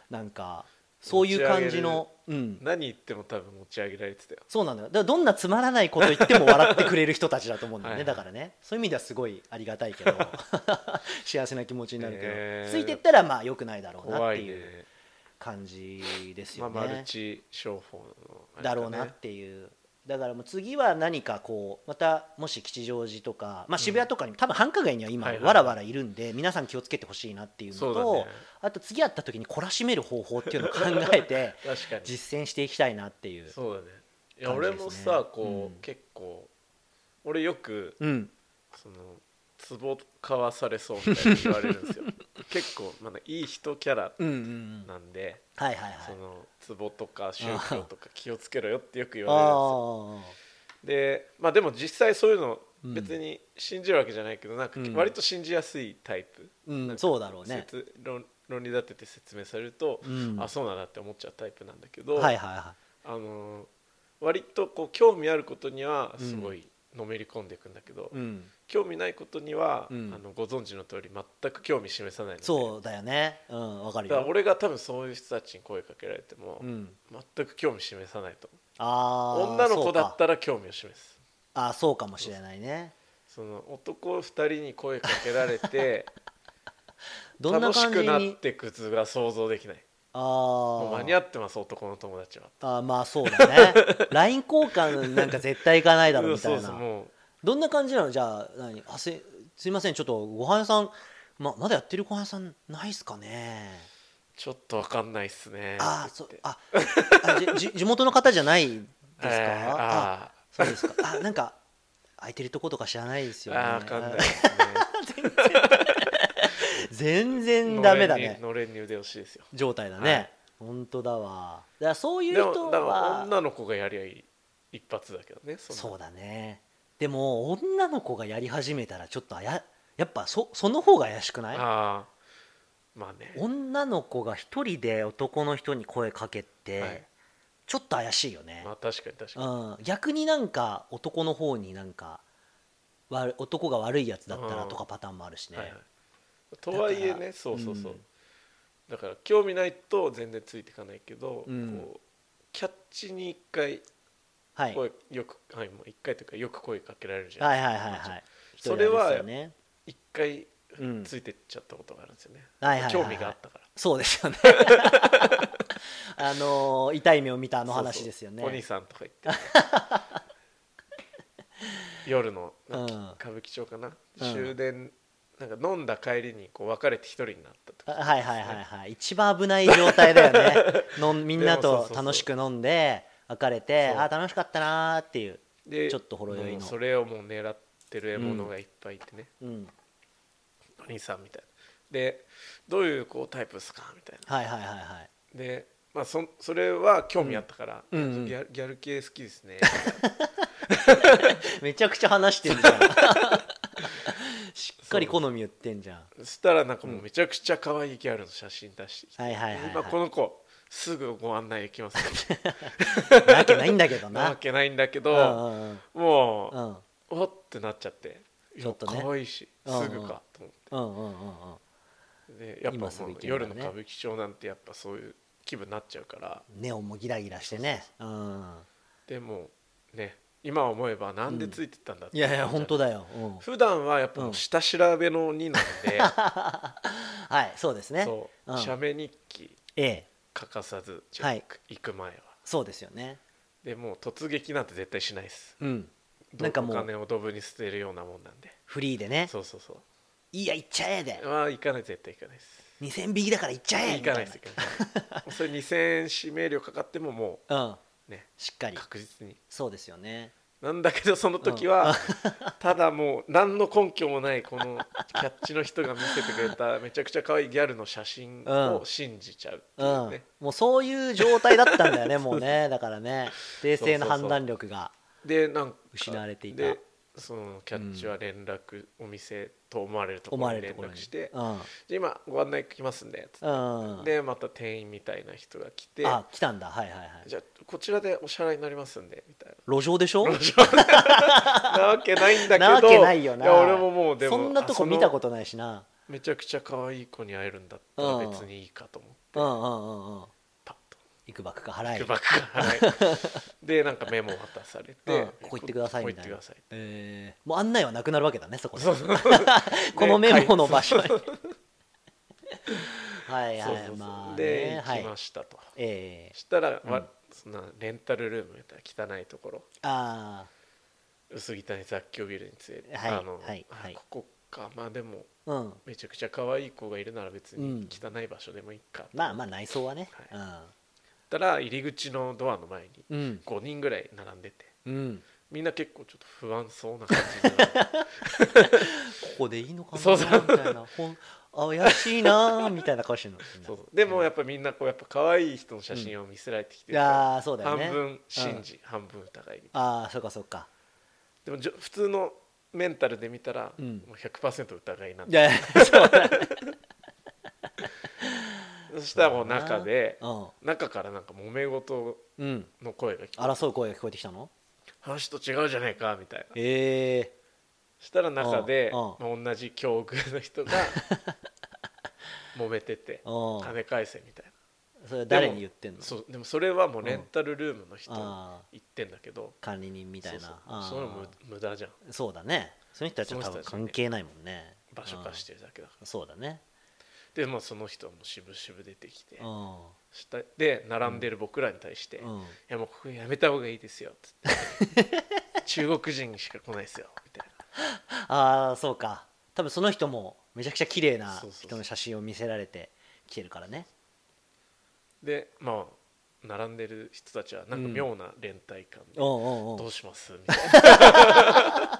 なんかそういう感じの、うん、 何言っても多分持ち上げられてたよ。 そうなんだよ。だからどんなつまらないこと言っても笑ってくれる人たちだと思うんだよねはい、はい、だからねそういう意味ではすごいありがたいけど幸せな気持ちになるけど、えー、ついてったらまあ良くないだろうなっていう感じですよね。 まあ、マルチ商法の、 ね、だろうなっていうだからもう次は何かこうまたもし吉祥寺とか、まあ、渋谷とかにも、うん、多分繁華街には今わらわらいるんで、皆さん気をつけてほしいなっていうのと、ね、あと次会った時に懲らしめる方法っていうのを考えて実践していきたいなっていう、 そうだね。いや俺もさこう、うん、結構俺よく、うん、そのツボ買わされそうみたいに言われるんですよ結構、まだいい人キャラなんで、そのツボとか宗教とか気をつけろよってよく言われるんですよ。で、まあでも実際そういうの別に信じるわけじゃないけど、なんか割と信じやすいタイプ、 うんうん、そうだろうね。 論, 論理立てて説明されると、うん、あそうなんだって思っちゃうタイプなんだけど、 はいはいはい、 あの割とこう興味あることにはすごいのめり込んでいくんだけど、うん、興味ないことには、うん、あのご存知の通り全く興味示さないので。 そうだよね、うん、分かるよ。 だから俺が多分そういう人たちに声かけられても、うん、全く興味示さないと思う。あ女の子だったら興味を示す。 あそうかもしれないね。 その男ふたりに声かけられてどんな感じに楽しくなっていく図が想像できない。あもう間に合ってます男の友達は。 あまあそうだねライン 交換なんか絶対いかないだろうみたいなそうそうもうどんな感じなの。じゃあ何あすすいませんちょっとご飯屋さん ま, まだやってるご飯屋さんないっすかね。 ちょっと分かんないっすね。 あそああじ地元の方じゃないですか、えー、ああそうですか。あなんか空いてるとことか知らないですよね。 あ分かんないですね全然ダメだね。 のれんに腕押しですよ状態だね、はい、本当だわ。だからそういう人はでもだから女の子がやりゃいい一発だけどね。 そ, そうだね。でも女の子がやり始めたらちょっとあややっぱ そ, その方が怪しくない？ あまあね、 女の子が一人で男の人に声かけて、はい、ちょっと怪しいよね。 まあ確かに確かに、 うん、逆になんか男の方になんか男が悪いやつだったらとかパターンもあるしね、はいはい、 とはいえねそうそうそう、うん、だから興味ないと全然ついていかないけど、うん、こうキャッチに一回声、はい、よく、はい、もう一回というかよく声かけられるじゃないですか、はいはいはいはい、それは一回ついてっちゃったことがあるんですよね、うんはいはいはいはい、興味があったから。 そうですよねあのー、痛い目を見たあの話ですよね。 そうそうお兄さんとか言って夜の歌舞伎町かな、うん、終電なんか飲んだ帰りにこう別れて一人になった時、ね、 はいはいはいはい一番危ない状態だよねのみんなと楽しく飲んで別れてあ楽しかったなーっていうでちょっとほろ酔いのそれをもう狙ってる獲物がいっぱいいてね、うん、お兄さんみたいなでどういうこうタイプですかみたいな、 はいはいはいはいで、まあ、そ, それは興味あったから、うんうん、ギ, ャギャル系好きですねめちゃくちゃ話してるじゃんしっかり好み言ってんじゃん。 そしたらなんかもうめちゃくちゃ可愛いギャルの写真出してきて、はいはいはいはい、今この子すぐご案内できますなわけないんだけどななわけないんだけど、うんうんうん、もう、うん、おってなっちゃってちょっとね可愛いしすぐかと思って、うんうんうんうん、でやっぱもう夜の歌舞伎町なんてやっぱそういう気分になっちゃうからネオンもギラギラしてね、うん、 でもね今思えばなんでついてたんだって、 うん、いやいや本当だよ、 うん、普段はやっぱ下調べのになんで、うん、 はいそうですねそう、うん、写メ日記欠かさずチェック、はい、行く前はそうですよね。 でもう突撃なんて絶対しないです、うん、なんかもうお金をドブに捨てるようなもんなんでフリーでねそうそうそういいや行っちゃえでまあ行かない絶対行かないですにせんびきだから行っちゃえ行かないです行かないそれにせんえん指名料かかってももう、うんね、 しっかり確実にそうですよね。 なんだけどその時は、うん、ただもう何の根拠もないこのキャッチの人が見せてくれためちゃくちゃ可愛いギャルの写真を信じちゃうっていうね、うんうん、 もうそういう状態だったんだよねもうねだからね冷静な判断力が失われていた。 でそのキャッチは連絡、うん、お店と思われるところに連絡して、うん、で今ご案内来ますんでつって、うん、でまた店員みたいな人が来てあ来たんだはいはいはいじゃあこちらでお支払いになりますんでみたいな路上でしょ路上なわけないんだけどなわけないよないや俺ももうでもそんなとこ見たことないしなめちゃくちゃ可愛い子に会えるんだったら別にいいかと思って、 うんうんうんうんいくばくか払いいくばくか払いでなんかメモ渡されて、うん、 ここ行ってくださいみたいな、 えー、もう案内はなくなるわけだねそこでこのメモの場所にはいはい、 そうそうそう、 まあ、ね、 ではい、 行きましたと、 ええしたら、わうんそんなレンタルルームやったら汚いところ、 あ薄汚い雑居ビルに連れて、 あはいあの、 はいはいあここか、まあでもうんめちゃくちゃ可愛い子がいるなら別にうん汚い場所でもいいかと思って、 まあまあ内装はね、 はい、たら入り口のドアの前にうんうんごにんぐらい並んでて、 うんみんな結構ちょっと不安そうな感じでここでいいのかなそうそうみたいなほん怪しいなみたいな顔してるのみんなそうそうでもやっぱみんなこうやっぱ可愛い人の写真を見せられてきているから、 やーそうだよね半分信じ、半分疑いみたいああそうかそうかな。でもじょ普通のメンタルで見たら、 うんもう ひゃくパーセント 疑いなんいで、 やいやそうだねそしたらもう中でうん中からなんか揉め事うんの声が聞こえて、 争う声が聞こえてきたの話と違うじゃねえかみたいな。 ええしたら中で、 うんうんまあ、同じ境遇の人が揉めててうん金返せみたいな。 それ誰に言ってんのそうでもそれはもうレンタルルームの人にあ言ってんだけど、 管理人みたいなそうそうあーそれも無駄じゃん、 そうだねその人たちは多分その人たちね関係ないもんね場所貸してるだけだから。 うんそうだねでまあその人もしぶしぶ出てきて、 うんしたで並んでる僕らに対して「いうんやもうここやめた方がいいですよ」っつって「中国人しか来ないですよ」みたいああそうか多分その人もめちゃくちゃ綺麗なそうそうそう人の写真を見せられて来てるからねな。でまあ並んでる人たちはなんか妙な連帯感で「 おうおうおうどうします?」みたいな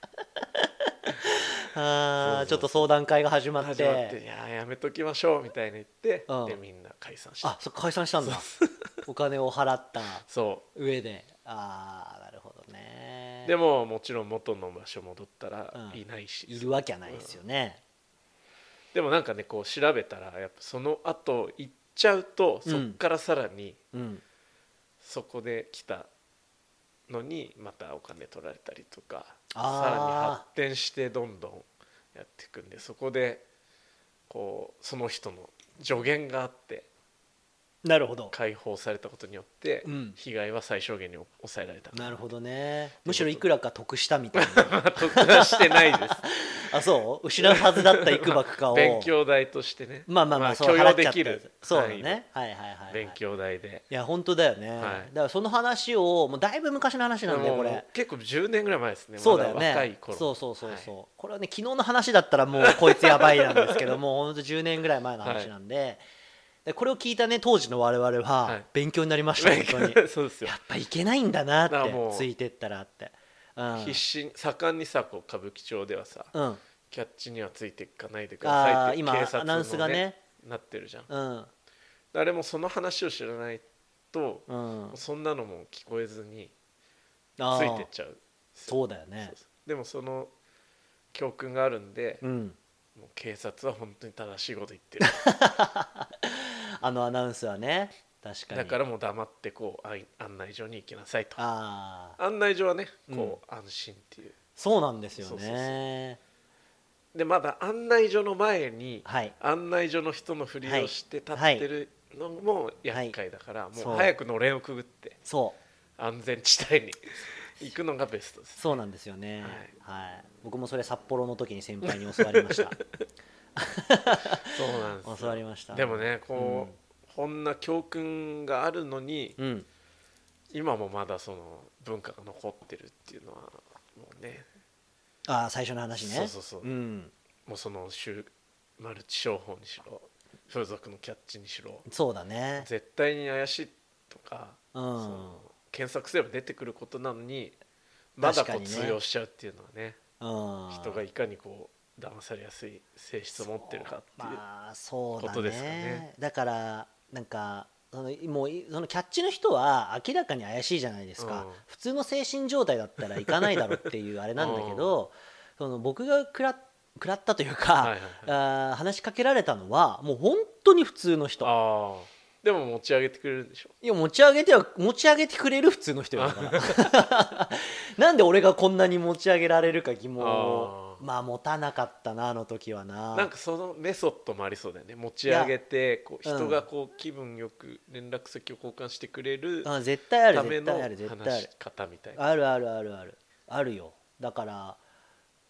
あーちょっとそうそうそう相談会が始まって始まって「いややめときましょう」みたいに言って、 うんでみんな解散した。 あそっか解散したんだお金を払ったそ上でああなるほどねうでももちろん元の場所戻ったらうんいないし、 いるわけはないですよね、 でもなんかねこう調べたらやっぱその後行っちゃうとそっからさらにうんそこで来たのにまたお金取られたりとか、 あーさらに発展してどんどんやっていくんで、そこでこうその人の助言があってなるほど解放されたことによってうん被害は最小限に抑えられた。 なるほどねむしろいくらか得したみたいな得はしてないですあそう失うはずだったいくばくかを勉強代としてね、 まあまあまあ、そう許容払っちゃったできるそうだ範囲のねはいはいはい、はい、 勉強代で、 いや本当だよね、 はいだからその話をもうだいぶ昔の話なんでこもうれ結構じゅうねんぐらい前ですね。 そうだよまだ若いね頃。 そうそうそうそう、 はいこれはね昨日の話だったらもうこいつやばいなんですけどもうほんとじゅうねんぐらい前の話なんで、でこれを聞いたね当時の我々 ははい勉強になりました、 勉本当に強そうですよやっぱいけないんだなってだからもうついてったらって、うん、 必死に盛んにさこう歌舞伎町ではさ、 うんキャッチにはついていかないでくださいってあー今警察の、ね、 アナウンスがねなってるじゃん。 うん誰もその話を知らないと、 うんそんなのも聞こえずにつあーいてっちゃう。 そうだよねそうそうでもその教訓があるんで、 うんもう警察は本当に正しいこと言ってるあのアナウンスはね確かにだからもう黙ってこうあい案内所に行きなさいと。 ああ案内所はねこう安心っていう。 そうなんですよそうそうねでまだ案内所の前にはい案内所の人のふりをして立ってるのも厄介だから、 そうもう早くのれんをくぐってそう安全地帯に行くのがベストです。 そうなんですよねはいはい、僕もそれ札幌の時に先輩に教わりましたそうなんですよ教わりましたでもねこう、こんな教訓があるのに、 うん今もまだその文化が残ってるっていうのはもうね、 ああ最初の話ねそうそうそう、 ん、 もうその州マルチ商法にしろ風俗のキャッチにしろそうだね絶対に怪しいとか、 うんその検索すれば出てくることなのにまだこう確かにね通用しちゃうっていうのはね、 うん人がいかにこう騙されやすい性質を持ってるかっていう。 まあそうだことですかねねだからなんかそのもういそのキャッチの人は明らかに怪しいじゃないですか、 うん普通の精神状態だったら行かないだろうっていうあれなんだけど、その僕が食ら食らったというか、 はいはいはいあー話しかけられたのはもう本当に普通の人。 ああでも持ち上げてくれるんでしょ。 いや持ち上げては持ち上げてくれる普通の人よだからなんで俺がこんなに持ち上げられるか疑問をあーまあ持たなかったなあの時はな。 なんかそのメソッドもありそうだよね。持ち上げてこううん人がこう気分よく連絡先を交換してくれるあ絶対あるための絶対ある絶対ある話し方みたいな。 あるあるあるあるあるよだから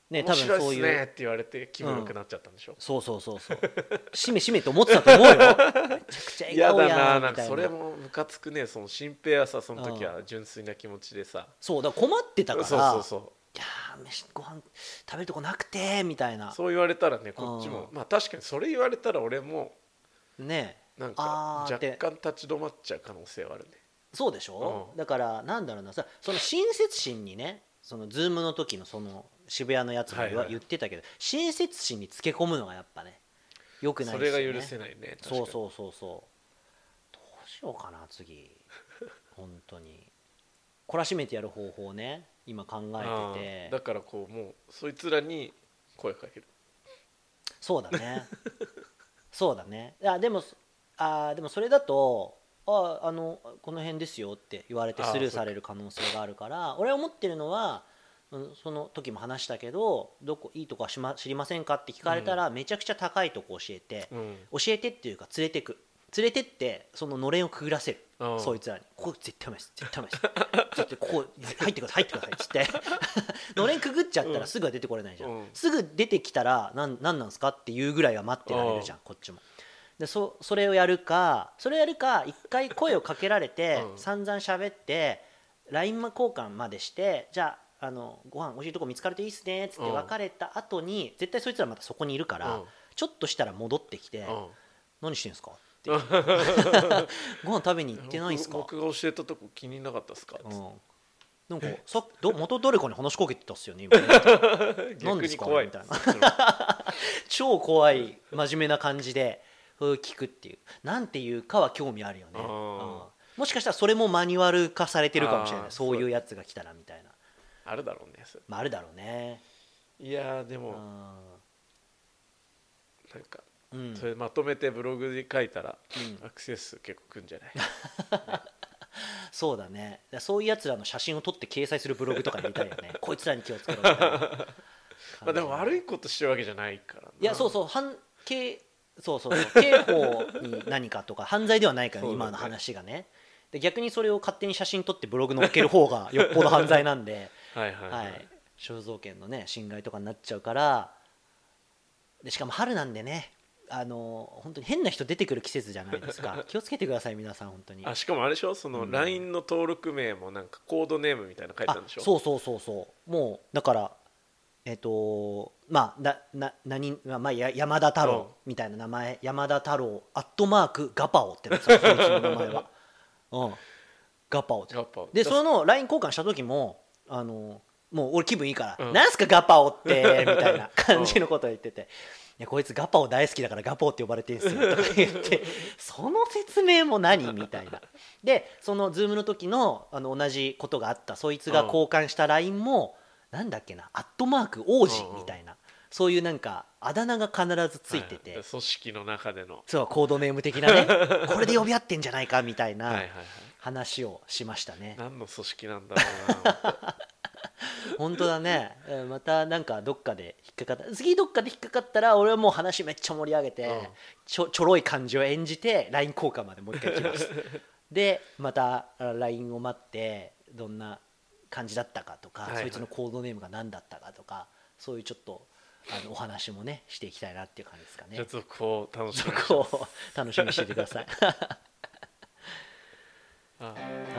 ね、 多分そういう面白いっすねって言われて気分良くなっちゃったんでしょ、うん、 そうそうそうそうしめしめと思ってたと思うよめちゃくちゃ笑顔や嫌だな、 みたいな。 なんかそれもムカつくね。その新平はさ、その時は純粋な気持ちでさ、 そうだ困ってたから、 そうそうそう、 いやー飯ご飯食べるとこなくてみたいな、 そう言われたらね、こっちも、まあ確かにそれ言われたら俺もね、 なんか若干立ち止まっちゃう可能性はあるね。 そうでしょ、うん、だからなんだろうなさ、その親切心にね、そのズームの時のその渋谷のやつも言、はいはい、言ってたけど、親切心につけ込むのがやっぱね良くないですよね。 それが許せないね。確かに。 そうそうそうそう。どうしようかな次本当に懲らしめてやる方法をね今考えてて、 だからこうもうそいつらに声かける。 そうだねそうだね。いやでもあでもそれだとああのこの辺ですよって言われてスルーされる可能性があるから、俺は思ってるのは、その時も話したけど、どこいいとこはしま知りませんかって聞かれたら、めちゃくちゃ高いとこ教えて、うん、教えてっていうか連れてく連れてってそののれんをくぐらせる、そいつらにここ絶対うまいです絶対うまいですってここ入ってください入ってくださいっつってのれんくぐっちゃったらすぐは出てこれないじゃん、うん、すぐ出てきたら何なんなんすかっていうぐらいは待ってられるじゃん、こっちも。で そ, それをやるかそれやるか一回声をかけられて、うん、散々喋って ライン 交換までして、じゃあ、あのご飯美味しいとこ見つかるといいっすねっつって別れた後に、うん、絶対そいつらまたそこにいるから、うん、ちょっとしたら戻ってきて、うん、何してんすかってご飯食べに行ってないんすか、 僕が教えたとこ気になかったっすか、うん、 なんかさど元誰かに話しかけてたっすよね今ね逆に怖いみたいな超怖い真面目な感じで聞くっていう、なんていうかは興味あるよね、うん、もしかしたらそれもマニュアル化されてるかもしれない、そういうやつが来たらみたいな、 あるだろうね、 まあ、あるだろうね。 いやでもなんか、うん、それまとめてブログで書いたら、うん、アクセス数結構くんじゃない、ね、 そうだね。そういうやつらの写真を撮って掲載するブログとかに見たいよねこいつらに気をつけろみたいなまあでも悪いことしてるわけじゃないからな。 いやそうそう反警そうそうそう刑法に何かとか犯罪ではないから、ね、今の話がね。で逆にそれを勝手に写真撮ってブログ載っける方がよっぽど犯罪なんではいはい、はいはい、肖像権のね侵害とかになっちゃうから。でしかも春なんでね、あの本当に変な人出てくる季節じゃないですか気をつけてください皆さん本当に。 あしかもあれでしょ、その ライン の登録名もなんかコードネームみたいなの書いてあるんでしょ、 うん、そうそうそうそう、もうだからえっ、ー、とまあなな何まあや山田太郎みたいな名前、うん、山田太郎アットマークガパオってやつだそいつの名前は、うん、ガパオってでその ライン 交換した時もあのもう俺気分いいから、うん、なんすかガパオってみたいな感じのことを言ってて、いやこいつガパオ大好きだからガパオって呼ばれてるんですよとか言ってその説明も何みたいな。でそのズームの時のあの同じことがあったそいつが交換した ライン も、うん、なんだっけなアットマーク王子みたいな、うん、そういうなんかあだ名が必ずついてて、 はい、組織の中でのそうコードネーム的なねこれで呼び合ってんじゃないかみたいな話をしましたね。 何の組織なんだろうな本当だね。またなんかどっかで引っかかった次どっかで引っかかったら俺はもう話めっちゃ盛り上げて、うん、ちょちょろい感じを演じて ライン 交換までもう一回来ますでまた ライン を待ってどんな感じだったかとか、はいはい、そいつのコードネームが何だったかとか、そういうちょっとあのお話もねしていきたいなっていう感じですかね。 じゃあ続行楽しみに楽しみにしててくださいああ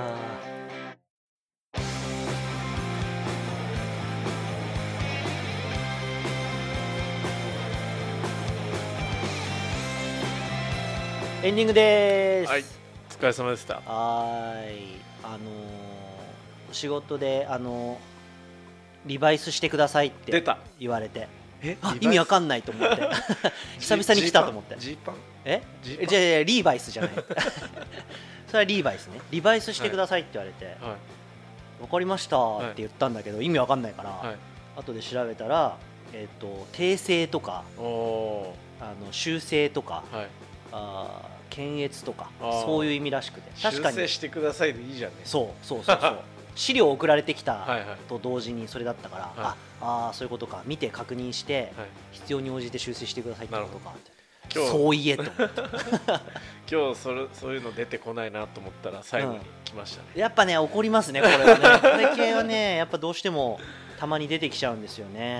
エンディングです。 はい、お疲れ様でした。 はい、あのー、仕事であのー、リバイスしてくださいって言われて、えあ意味わかんないと思って久々に来たと思って。 ジーパン？ え？じゃあリーバイスじゃないそれはリーバイスね。リバイスしてくださいって言われて、はいはい、分かりましたって言ったんだけど、はい、意味わかんないから、はい、後で調べたら、えーと、訂正とかあの修正とか、はい、あ検閲とかそういう意味らしくて、 確かに修正してくださいでいいじゃんね。 そうそうそうそう資料送られてきたと同時にそれだったから、はいはい、ああそういうことか、見て確認して、はい、必要に応じて修正してくださいってことかって、そう言えと思った今日それそういうの出てこないなと思ったら最後に来ましたね、 うん、やっぱね怒りますねこれはねこれ系はねやっぱどうしてもたまに出てきちゃうんですよね。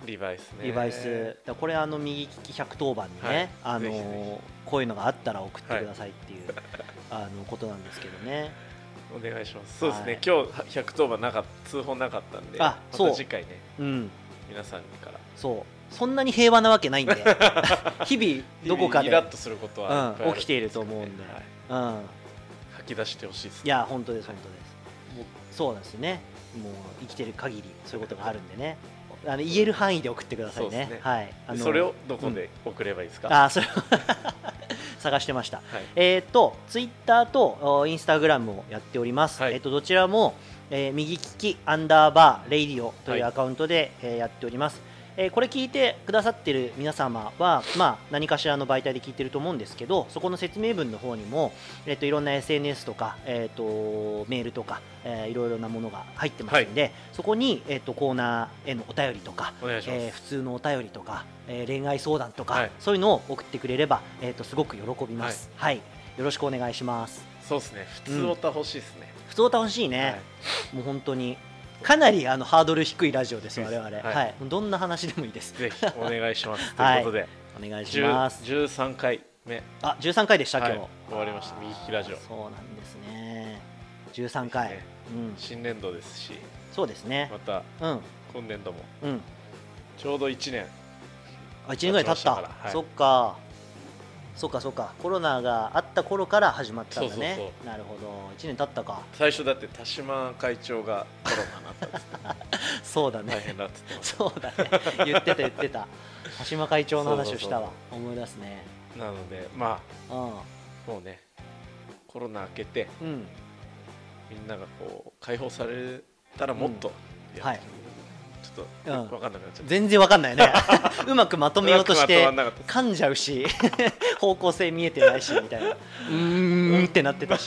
リバイスね。 リバイスだこれあの右利きひゃくとおばんにね、はい、あのぜひぜひこういうのがあったら送ってくださいっていう、はい、あのことなんですけどね。 お願いします。そうですね、はい、今日ひゃくとおばんなかった通報なかったんで、 あそうまた次回ね、 うん、 皆さんからそうそんなに平和なわけないんで日々どこかでイラッとすることは、 うん、起きていると思うんで、はい、うん、 吐き出してほしいです、ね、 いや本当です本当です、もうそうなんですよね。もう生きてる限りそういうことがあるんでね、あの言える範囲で送ってください ね, ね、はい、 あのそれをどこで送ればいいですか。 うん、あそれ探してました、はい、えーとツイッターとインスタグラムをやっております、はい、えーとどちらも、えー、右利きアンダーバーレイディオというアカウントで、はい、えー、やっております。えー、これ聞いてくださっている皆様は、まあ、何かしらの媒体で聞いてると思うんですけど、そこの説明文の方にも、えー、といろんな エスエヌエス とか、えー、とメールとか、えー、いろいろなものが入ってますので、はい、そこに、えー、とコーナーへのお便りとか、えー、普通のお便りとか、えー、恋愛相談とか、はい、そういうのを送ってくれれば、えー、とすごく喜びます、はい、はい、よろしくお願いします。 そうですね、普通おた欲しいですね、 うん、普通おた欲しいね、はい、もう本当にかなりあのハードル低いラジオです我々、はいはい、どんな話でもいいです。 ぜひお願いしますということで、はい、 お願いします。 じゅうさんかいめ、あじゅうさんかいでした、はい、今日終わりました右利きラジオ。 そうなんですね、じゅうさんかい、ね、 うん、新年度ですし、 そうですね、 また、うん、今年度も、うん、ちょうどいちねん、 あいちねんぐらい経った、はい、そっかそうかそうか、コロナがあった頃から始まったんだね。そうそうそう、なるほど、いちねん経ったか。 最初だって田島会長がコロナになったっつってそうだね、 大変だっつってそうだね、言ってた言ってた田島会長の話をしたわ。そうそうそう、思い出すね。 なのでまあ、うん、もうねコロナ明けて、うん、みんながこう解放されたらもっとやって、うん、はい、ちょっとよく分かんなくなっちゃった、うん、 全然分かんないねうまくまとめようとして噛んじゃうし方向性見えてないしみたいなうーんってなってたし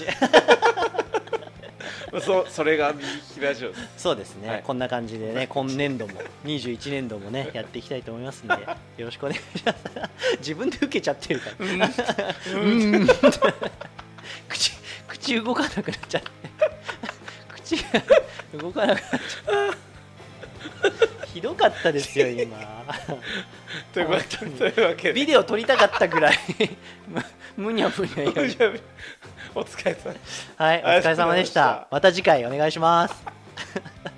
そ, それが右利きラジオです。 そうですね、はい、こんな感じでね今年度もにじゅういちねんどもねやっていきたいと思いますのでよろしくお願いします自分で受けちゃってるからうん口, 口動かなくなっちゃって口が動かなくなっちゃうひどかったですよ今というわけでビデオ撮りたかったぐらいむにゃむにゃ言うお疲れ様でした。 はい、お疲れ様でした。また次回お願いします